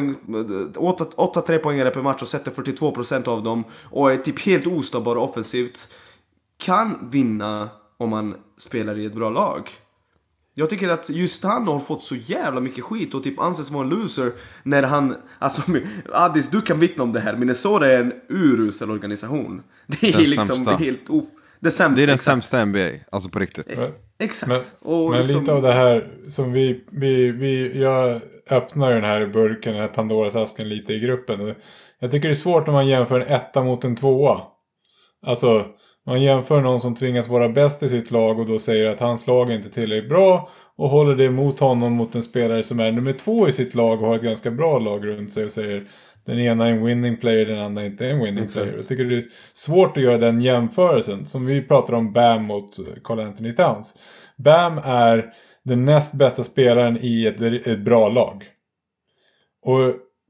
3-poängare per match och sätter 42% av dem och är typ helt ostoppbar offensivt, kan vinna om man spelar i ett bra lag. Jag tycker att just han har fått så jävla mycket skit och typ anses vara en loser när han... Alltså, Addis, du kan vittna om det här. Minnesota är en urusel organisation. Det är den liksom sämsta. Helt... det sämsta, det är den sämsta NBA, alltså på riktigt. Exakt. Men liksom... lite av det här som jag öppnar den här burken, den här Pandoras asken lite i gruppen. Jag tycker det är svårt när man jämför en 1 mot en 2. Alltså... Man jämför någon som tvingas vara bäst i sitt lag och då säger att hans lag är inte tillräckligt bra och håller det mot honom mot en spelare som är nummer 2 i sitt lag och har ett ganska bra lag runt sig och säger den ena är en winning player, den andra inte är en winning player. Jag tycker det är svårt att göra den jämförelsen. Som vi pratar om Bam mot Karl Anthony Towns. Bam är den näst bästa spelaren i ett bra lag. Och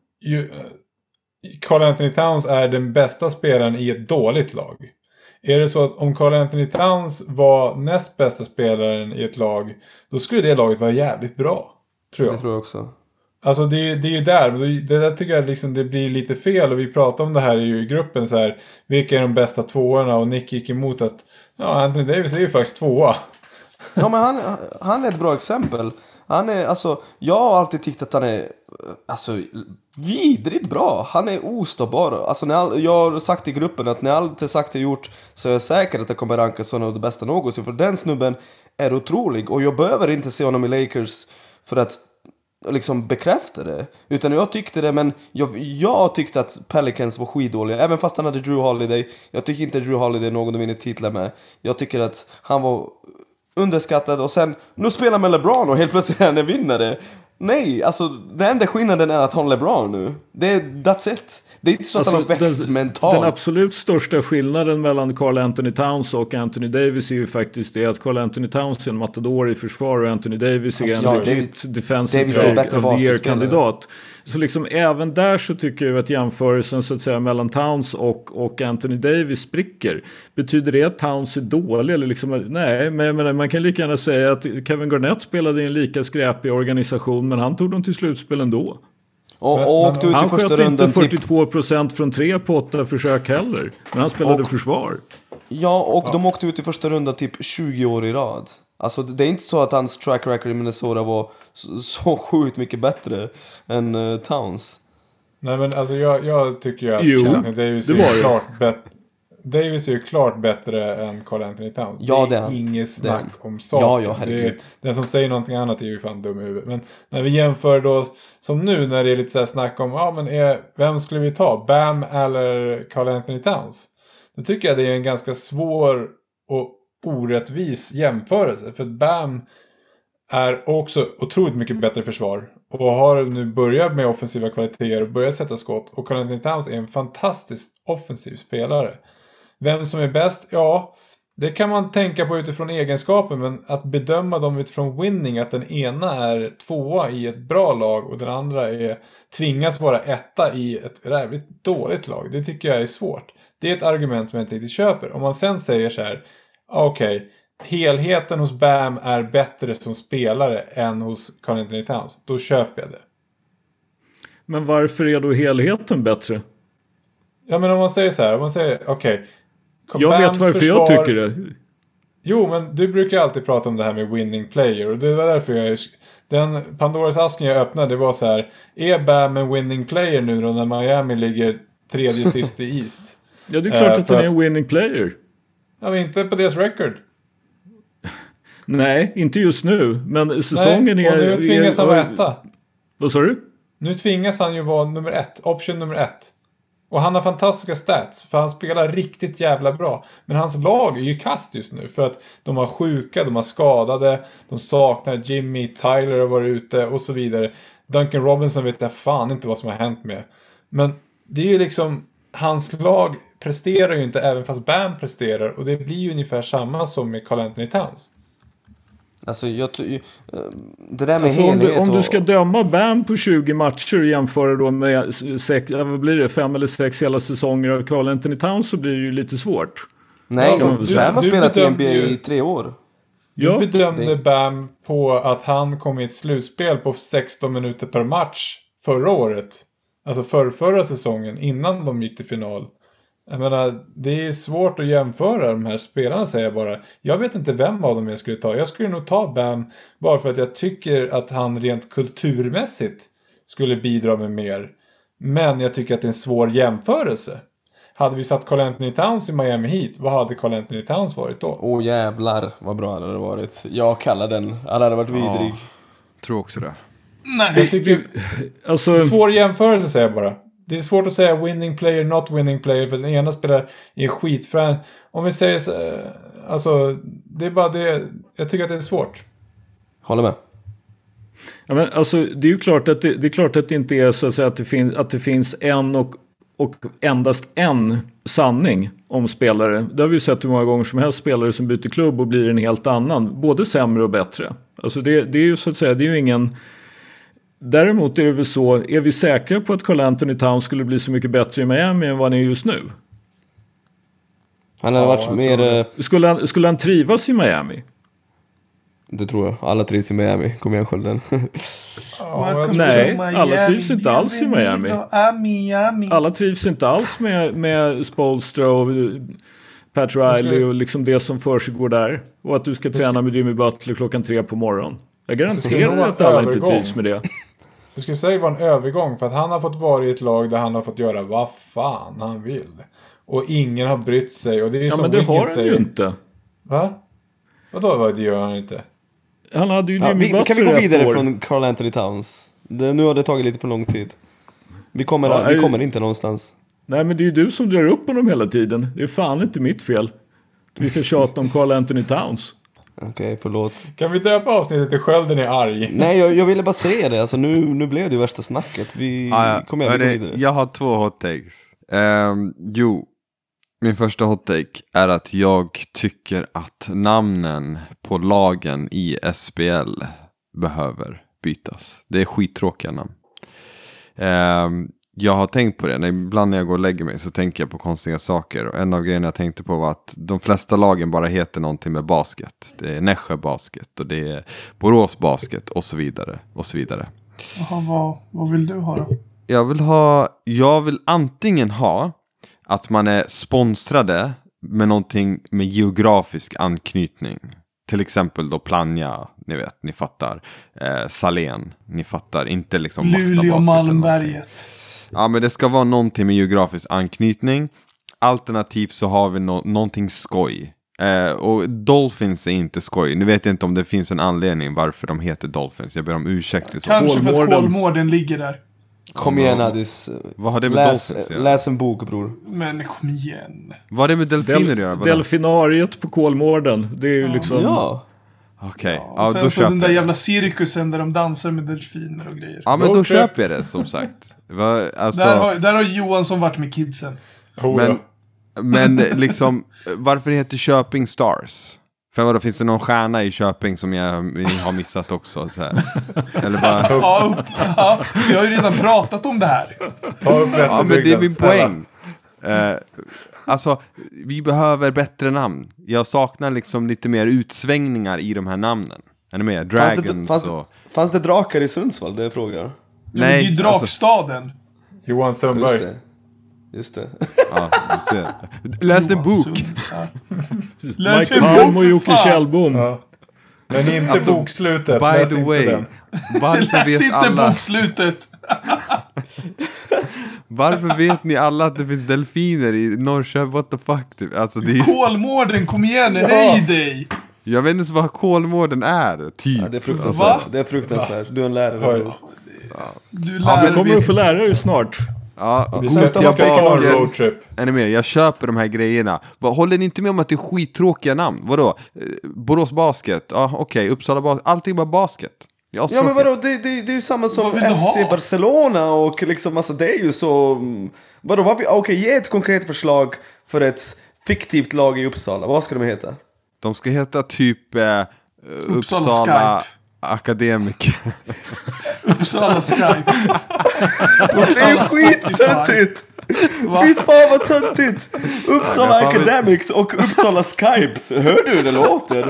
Karl Anthony Towns är den bästa spelaren i ett dåligt lag. Är det så att om Karl Anthony Towns var näst bästa spelaren i ett lag, då skulle det laget vara jävligt bra, tror jag. Det tror jag också. Alltså det är ju där, det där tycker jag liksom det blir lite fel, och vi pratar om det här i gruppen så här, vilka är de bästa tvåorna, och Nick gick emot att Anthony Davis är ju faktiskt 2. Ja, men han är ett bra exempel. Han är, alltså, jag har alltid tyckt att han är, alltså, vidrigt bra. Han är ostoppbar. Alltså, jag har sagt i gruppen att när allt är sagt och gjort så är jag säker att det kommer rankas som det bästa någonsin. För den snubben är otrolig. Och jag behöver inte se honom i Lakers för att liksom bekräfta det. Utan jag tyckte det, men jag tyckte att Pelicans var skitdåliga. Även fast han hade Drew Holiday. Jag tycker inte Drew Holiday är någon att vinna titlar med. Jag tycker att han var underskattad. Och sen, nu spelar med LeBron och helt plötsligt är han en vinnare. Nej, alltså den enda skillnaden är att han LeBron nu. That's it. Det är inte så att han har växt mentalt. Den absolut största skillnaden mellan Karl Anthony Towns och Anthony Davis är ju faktiskt det att Karl Anthony Towns är en matador i försvar och Anthony Davis är en legit defensive of the year-kandidat. Så liksom även där så tycker jag att jämförelsen så att säga mellan Towns och Anthony Davis spricker. Betyder det att Towns är dålig? Eller liksom, nej, men man kan lika gärna säga att Kevin Garnett spelade i en lika skräpig organisation, men han tog dem till slutspel ändå. Han sköt inte 42% från 3 på 8 försök heller. Men han spelade försvar. Ja, och de åkte ut i första runda typ 20 år i rad. Alltså det är inte så att hans track record i Minnesota var så sjukt mycket bättre än Towns. Nej, men alltså jag tycker ju att Davis är klart bättre. Davis är ju klart bättre än Karl Anthony Towns. Ja, det är inget snack om saken. Den som säger någonting annat är ju fan dum i huvudet. Men när vi jämför då, som nu när det är lite så här snack om vem skulle vi ta? Bam eller Karl Anthony Towns? Då tycker jag det är en ganska svår och orättvis jämförelse. För att Bam är också otroligt mycket bättre försvar. Och har nu börjat med offensiva kvaliteter och börjat sätta skott. Och Karl Anthony Towns är en fantastisk offensiv spelare. Vem som är bäst? Ja, det kan man tänka på utifrån egenskaper. Men att bedöma dem utifrån winning, att den ena är 2 i ett bra lag och den andra tvingas vara 1 i ett rävligt dåligt lag. Det tycker jag är svårt. Det är ett argument som jag inte riktigt köper. Om man sen säger så här, okej, helheten hos Bam är bättre som spelare än hos Karl Anthony Towns, då köper jag det. Men varför är då helheten bättre? Ja, men om man säger så här, okej. Jag vet varför jag tycker det. Jo, men du brukar alltid prata om det här med winning player. Och det var därför den Pandoras asken jag öppnade, det var så här, är Bam en winning player nu då när Miami ligger 3:e sist i East? Ja, det är klart att den är en winning player. Ja, men inte på deras record. Nej, inte just nu. Men säsongen är... Och nu tvingas han vara 1. Vad sa du? Nu tvingas han ju vara nummer 1. Option nummer 1. Och han har fantastiska stats. För han spelar riktigt jävla bra. Men hans lag är ju kast just nu. För att de har sjuka, de har skadade. De saknar Jimmy, Tyler har varit ute och så vidare. Duncan Robinson vet jag fan inte vad som har hänt med. Men det är ju liksom... Hans lag presterar ju inte även fast Bam presterar. Och det blir ju ungefär samma som med Karl Anthony Towns. Alltså det där med helhet om du ska döma Bam på 20 matcher och jämföra då med 5 eller 6 hela säsonger av Karl Anthony Towns, så blir det ju lite svårt. Nej, Bam har spelat i NBA i 3 år. Du bedömde Bam på att han kom i ett slutspel på 16 minuter per match förra året. Alltså förra säsongen, innan de gick till final. Jag menar, det är svårt att jämföra de här spelarna, säger jag bara. Jag vet inte vem av dem jag skulle ta. Jag skulle nog ta Bam bara för att jag tycker att han rent kulturmässigt skulle bidra med mer. Men jag tycker att det är en svår jämförelse. Hade vi satt Karl Anthony Towns i Miami Heat, vad hade Karl Anthony Towns varit då? Jävlar, vad bra han hade varit. Jag kallar den. Han hade varit vidrig. Tror också det. Nej, jag tycker alltså... svår jämförelse, säger jag bara. Det är svårt att säga winning player, not winning player, för den ena spelar i skitfrän. Om vi säger så, alltså, det är bara det. Jag tycker att det är svårt. Håller med. Ja, men alltså, det är ju klart att det är klart att det inte är så att säga att det finns en och endast en sanning om spelare. Det har vi ju sett hur många gånger som helst, spelare som byter klubb och blir en helt annan, både sämre och bättre. Alltså det är ju så att säga, det är ju ingen... Däremot är det väl så, är vi säkra på att Karl Anthony Towns skulle bli så mycket bättre i Miami än vad han är just nu? Han hade varit mer... Skulle han trivas i Miami? Det tror jag. Alla trivs i Miami. Kom igen, Skölden. Nej, alla trivs inte alls i Miami. Alla trivs inte alls med Spoelstra och Pat Riley och liksom det som försiggår där. Och att du ska träna med Jimmy Butler 3:00 på morgonen. Jag garanterar att alla inte trivs med det. Det skulle säga vara en övergång, för att han har fått vara i ett lag där han har fått göra vad fan han vill. Och ingen har brytt sig. Och det är ju som men det har han ju inte. Va? Vadå, vad det gör han inte? Han hade ju Jimmy Butler. Kan vi gå vidare från Karl Anthony Towns? Nu har det tagit lite för lång tid. Vi kommer inte någonstans. Nej, men det är ju du som drar upp honom hela tiden. Det är fan inte mitt fel. Vi kan tjata om Carl Anthony Towns. Okej, förlåt. Kan vi döpa avsnittet till Skölden är arg? Nej, jag ville bara säga det. Alltså, nu blev det ju värsta snacket. Vi kommer igen, vi går vidare. Jag har 2 hot takes. Min första hot take är att jag tycker att namnen på lagen i SPL behöver bytas. Det är skittråkiga namn. Jag har tänkt på det. Ibland när jag går och lägger mig så tänker jag på konstiga saker. Och en av grejerna jag tänkte på var att de flesta lagen bara heter någonting med basket. Det är Nässjö basket och det är Borås basket och så vidare. Och så vidare. Jaha, vad vill du ha då? Jag vill antingen ha att man är sponsrade med någonting med geografisk anknytning. Till exempel då Plannja, ni fattar. Salén, ni fattar. Inte liksom Luleå, Malmberget. Ja, men det ska vara någonting med geografisk anknytning. Alternativt så har vi någonting skoj. Och Dolphins är inte skoj. Nu vet jag inte om det finns en anledning varför de heter Dolphins. Jag ber om ursäkt. Kanske för att Kolmården ligger där. Kom igen, Addis. Vad har det med Dolphins? Läs en bok, bror. Men kom igen. Vad har det med delfiner att göra? Delfinariet på Kolmården. Det är ju liksom... Ja. Okej. Och sen då så den där jag. jävla cirkusen där de dansar med delfiner och grejer. Ja, men då köper jag det, som sagt. Där har Johansson varit med kidsen. Men liksom, varför det heter Köping Stars? För vadå, finns det någon stjärna i Köping som jag har missat också? Så här? Eller bara... ja, vi har ju redan pratat om det här. Ja, men det är min poäng. Alltså, vi behöver bättre namn. Jag saknar liksom lite mer utsvängningar i de här namnen. Är ni med? Dragons fanns det drakar i Sundsvall? Det är frågan. Nej, det är ju Drakstaden. Johan Sundberg. Just det. Ja, just det. Läs en bok. Läs Mike Palm och Jocke Kjellbom. Ja. Men inte bokslutet. By Läs the inte way. den. Varför Läs vet inte alla... bokslutet. Varför vet ni alla att det finns delfiner i Norrköping? What the fuck? Typ? Alltså, det är... Kolmården, kom igen, höj dig. Jag vet inte ens vad Kolmården är. Typ. Ja, det är fruktansvärt. Det är fruktansvärt. Du är en lärare. Du Du kommer att få lära dig snart. Ja, Vi ska ta en roadtrip. Är ni med? Jag köper de här grejerna. Håller ni inte med om att det är skittråkiga namn? Vadå? Borås basket? Ja, okej. Uppsala basket. Allting bara basket. Ja, men vadå? Det är ju samma som FC Barcelona och liksom, alltså det är ju så... Vadå? Okej, ge ett konkret förslag för ett fiktivt lag i Uppsala. Vad ska de heta? De ska heta typ Uppsala Akademiker. Uppsala Skype. Det är ju skittöntigt! Fy fan vad töntigt! Uppsala Academics och Uppsala Skypes. Hör du hur det låter?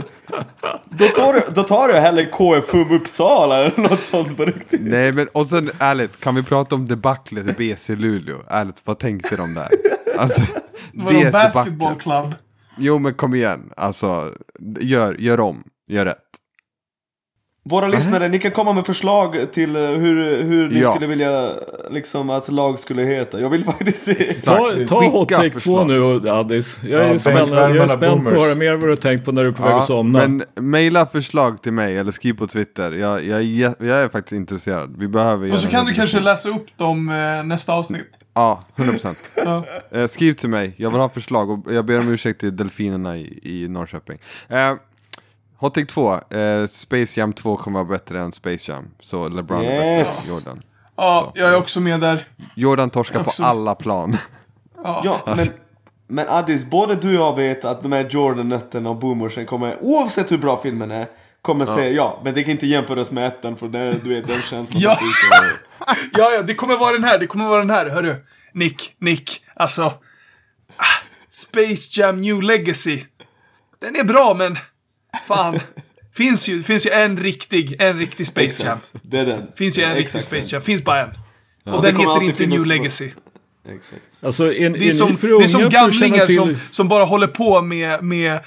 Då tar jag hellre KFUM Uppsala eller något sånt på riktigt. Nej, men och sen ärligt, kan vi prata om debaclet i BC Luleå? Ärligt, vad tänkte de där? Alltså, det är basketballklubb. Jo, men kom igen. Alltså, gör om. Gör rätt. Våra lyssnare, ni kan komma med förslag till hur ni skulle vilja liksom att lag skulle heta. Jag vill faktiskt se. Ta hot take 2 nu, Addis. Jag är spänd på att höra mer vad du har tänkt på när du är på väg att somna. Men mejla förslag till mig eller skriv på Twitter. Jag är faktiskt intresserad. Vi behöver. Och så kan du kanske läsa upp dem nästa avsnitt. Ja, 100%. Skriv till mig. Jag vill ha förslag och jag ber om ursäkt till delfinerna i Norrköping. Hot take 2. Space Jam 2 kommer vara bättre än Space Jam. Så LeBron är bättre än Jordan. Ja, jag är också med där. Jordan torskar på alla plan. Ja, men Addis, både du och jag vet att de här Jordan-nötterna och Boomersen kommer, oavsett hur bra filmen är, kommer säga men det kan inte jämföras med ettan för det, du vet den känslan. Ja, det kommer vara den här, hörru. Nick, alltså Space Jam New Legacy. Den är bra, men fan, finns ju en riktig Space Jam. Det är den. Finns ju en riktig Space Jam. Finns bara en. Och den heter inte New Legacy. Exakt. Alltså, det är som gamlingar som bara håller på med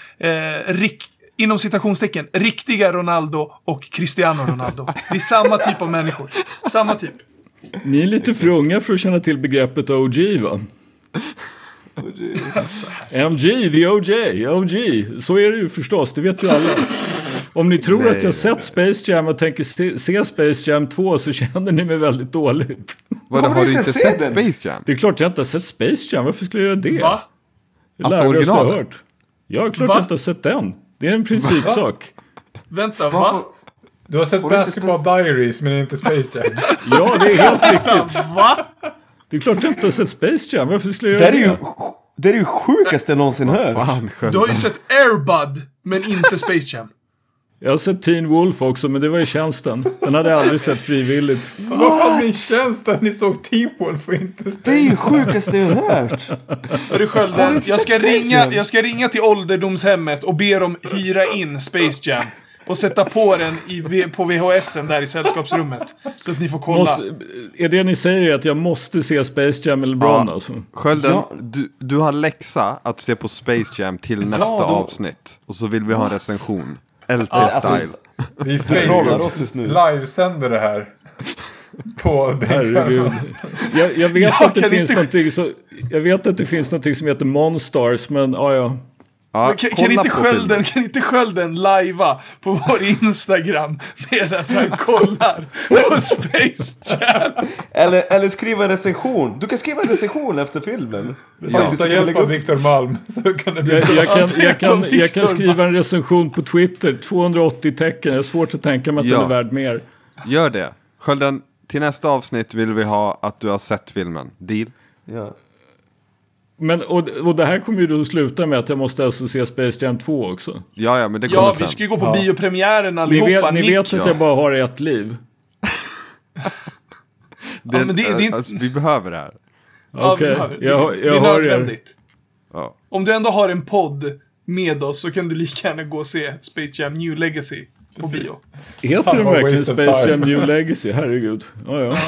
inom citationstecken riktiga Ronaldo och Cristiano Ronaldo. Det är samma typ av människor. Samma typ. Ni är lite för unga för att känna till begreppet OG, va? MG, the OG. Så är det ju förstås, det vet ju alla. Om ni tror att jag sett Space Jam och tänker se Space Jam 2 så känner ni mig väldigt dåligt. Vadå, har du inte sett Space Jam? Det är klart jag inte har sett Space Jam. Varför skulle jag göra det? Va? Det Alltså, jag har originalet? hört. Ja, klart jag inte har sett den. Det är en principsak. Vänta, va? Du har sett Basketball Diaries men inte Space Jam. Ja, det är helt riktigt. Va? Det är klart jag inte har sett Space Jam. Varför skulle jag göra det? Det är ju sjukaste jag någonsin hört. Fan, själv. Du har ju sett Airbud, men inte Space Jam. Jag har sett Teen Wolf också, men det var i tjänsten. Den hade jag aldrig sett frivilligt. Vad fan ni känns att ni såg Teen Wolf och inte Space Jam? Det är ju sjukaste jag hört. Hörru Skölden, jag ska ringa till ålderdomshemmet och be dem hyra in Space Jam. Och sätta på den på VHSen där i sällskapsrummet. Så att ni får kolla. Är det ni säger att jag måste se Space Jam eller LeBron alltså? Skölden, Ja. du har läxa att se på Space Jam till nästa avsnitt. Och så vill vi ha en recension. LT-style. Vi trollar oss just nu. livesänder det här. På Herregud. Bänkvärmarna. Jag vet Jag att det kan finns inte- någonting så, jag vet att det finns någonting som heter Monstars, men ja. Ja, Kan kolla inte på filmen. Skölden lajva på vår Instagram medan han kollar på Space Jam? Eller skriva en recension. Du kan skriva en recension efter filmen. Ta hjälp av Viktor Malm så kan det bli Jag kan skriva en recension på Twitter, 280 tecken. Jag har svårt att tänka mig att den är värd mer. Gör det. Skölden, till nästa avsnitt vill vi ha att du har sett filmen. Deal? Ja. Men, och det här kommer ju då sluta med att jag måste alltså se Space Jam 2 också. Ja, men det kommer Ja, sen. vi ska ju gå på biopremiären allihopa. Ni vet att jag bara har ett liv. Det, men det är inte- alltså, vi behöver det här. Okej, det jag är hör er. nödvändigt. Ja. Om du ändå har en podd med oss så kan du lika gärna gå och se Space Jam New Legacy på bio. Heter Samma den verkligen waste of Space time. Jam New Legacy? Herregud. Ja.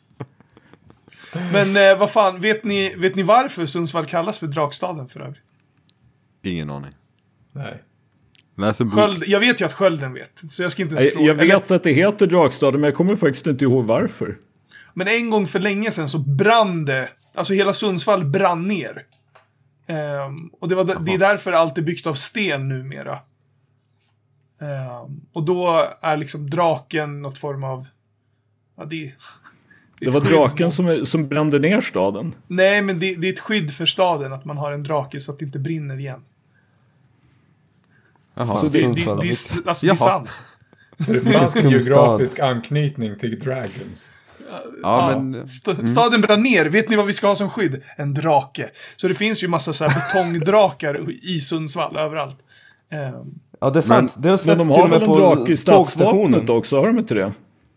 Men vad fan, vet ni varför Sundsvall kallas för Drakstaden för övrigt? Ingen aning. Nej. Läs en bok. Jag vet ju att Skölden vet, så jag ska inte ens fråga. Jag vet att det heter Drakstaden, men jag kommer faktiskt inte ihåg varför. Men en gång för länge sedan så brann det, alltså hela Sundsvall brann ner. Och det är därför allt är byggt av sten numera. Och då är liksom draken något form av... Ja, Det var draken som brände ner staden. Nej, men det är ett skydd för staden att man har en drake så att det inte brinner igen. Jaha, Så det- Sundsvall. Det är Jaha. sant. Så det fanns en skum geografisk anknytning till Dragons. Ja, men... Staden brann ner. Vet ni vad vi ska ha som skydd? En drake. Så det finns ju massa så här betongdrakar i Sundsvall överallt. Ja, det är sant. Det har Men släppts de till har och väl med en drake på i stadsvapnet tågstationen. också, har de inte det?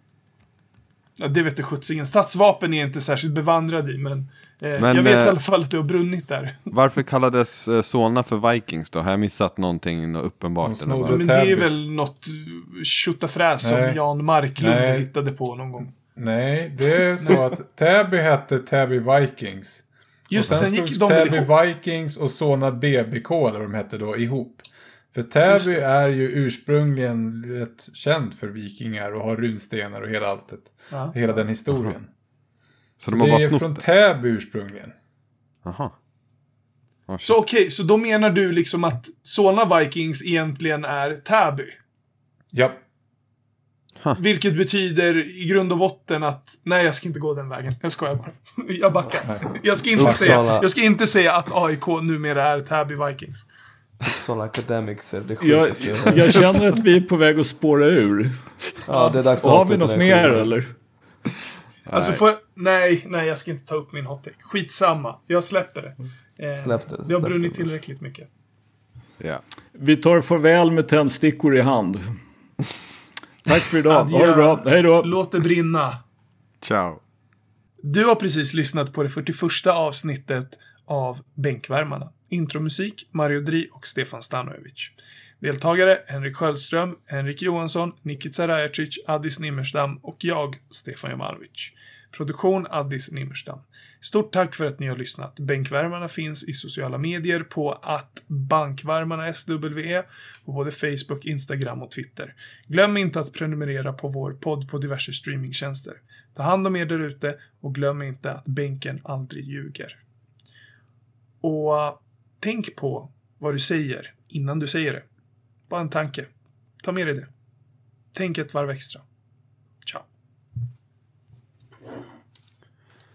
Ja, det vet du skjutsingen. Stadsvapen är jag inte särskilt bevandrad i, men Men, jag vet i alla fall att det har brunnit där. Varför kallades Solna för Vikings då? Har jag missat någonting uppenbart? De Eller snodde vad? Men det är Täbys. väl något tjottafräs som Nej. Jan Marklund Nej. hittade på någon gång. Nej, det är så att Täby hette Täby Vikings. Just och det, sen gick slogs de väl Täby ihop. Vikings och Solna BBK, eller vad de hette då, ihop. För Täby är ju ursprungligen rätt känd för vikingar och har runstenar och hela alltet. Ja. Hela den historien. Så de har Det bara är snott från det? Täby ursprungligen. Jaha. Oh, shit. Så okej, så då menar du liksom att Solna Vikings egentligen är Täby? Ja. Vilket betyder i grund och botten att... Nej, jag ska inte gå den vägen. Jag skojar bara. Jag backar. Jag ska inte säga att AIK numera är Täby Vikings. Uppsala Academics är det Jag, sjukaste jag hört. jag känner att vi är på väg att spåra ur. Ja, det är dags att Har vi avsluta något den mer skiten. eller? Alltså får jag... Nej, jag ska inte ta upp min hot take. Skitsamma. Jag släpper det. Släpp det. Det har Släpp brunnit det. tillräckligt mycket. Ja. Vi tar farväl med tändstickor i hand. Tack för idag. Adjö. Ha det bra. Hej då. Låt det brinna. Ciao. Du har precis lyssnat på det 41:a avsnittet av Bänkvärmarna. Intromusik, Mario Dri och Stefan Stanojevic. Deltagare, Henrik Sköldström, Henrik Johansson, Nikica Rajacic, Addis Nimmerstam och jag, Stefan Jomanovic. Produktion Addis Nimmerstam. Stort tack för att ni har lyssnat. Bänkvärmarna finns i sociala medier på @bankvärmarna SWE på både Facebook, Instagram och Twitter. Glöm inte att prenumerera på vår podd på diverse streamingtjänster. Ta hand om er där ute och glöm inte att bänken aldrig ljuger. Och tänk på vad du säger innan du säger det. Bara en tanke. Ta med dig det. Tänk ett varv extra.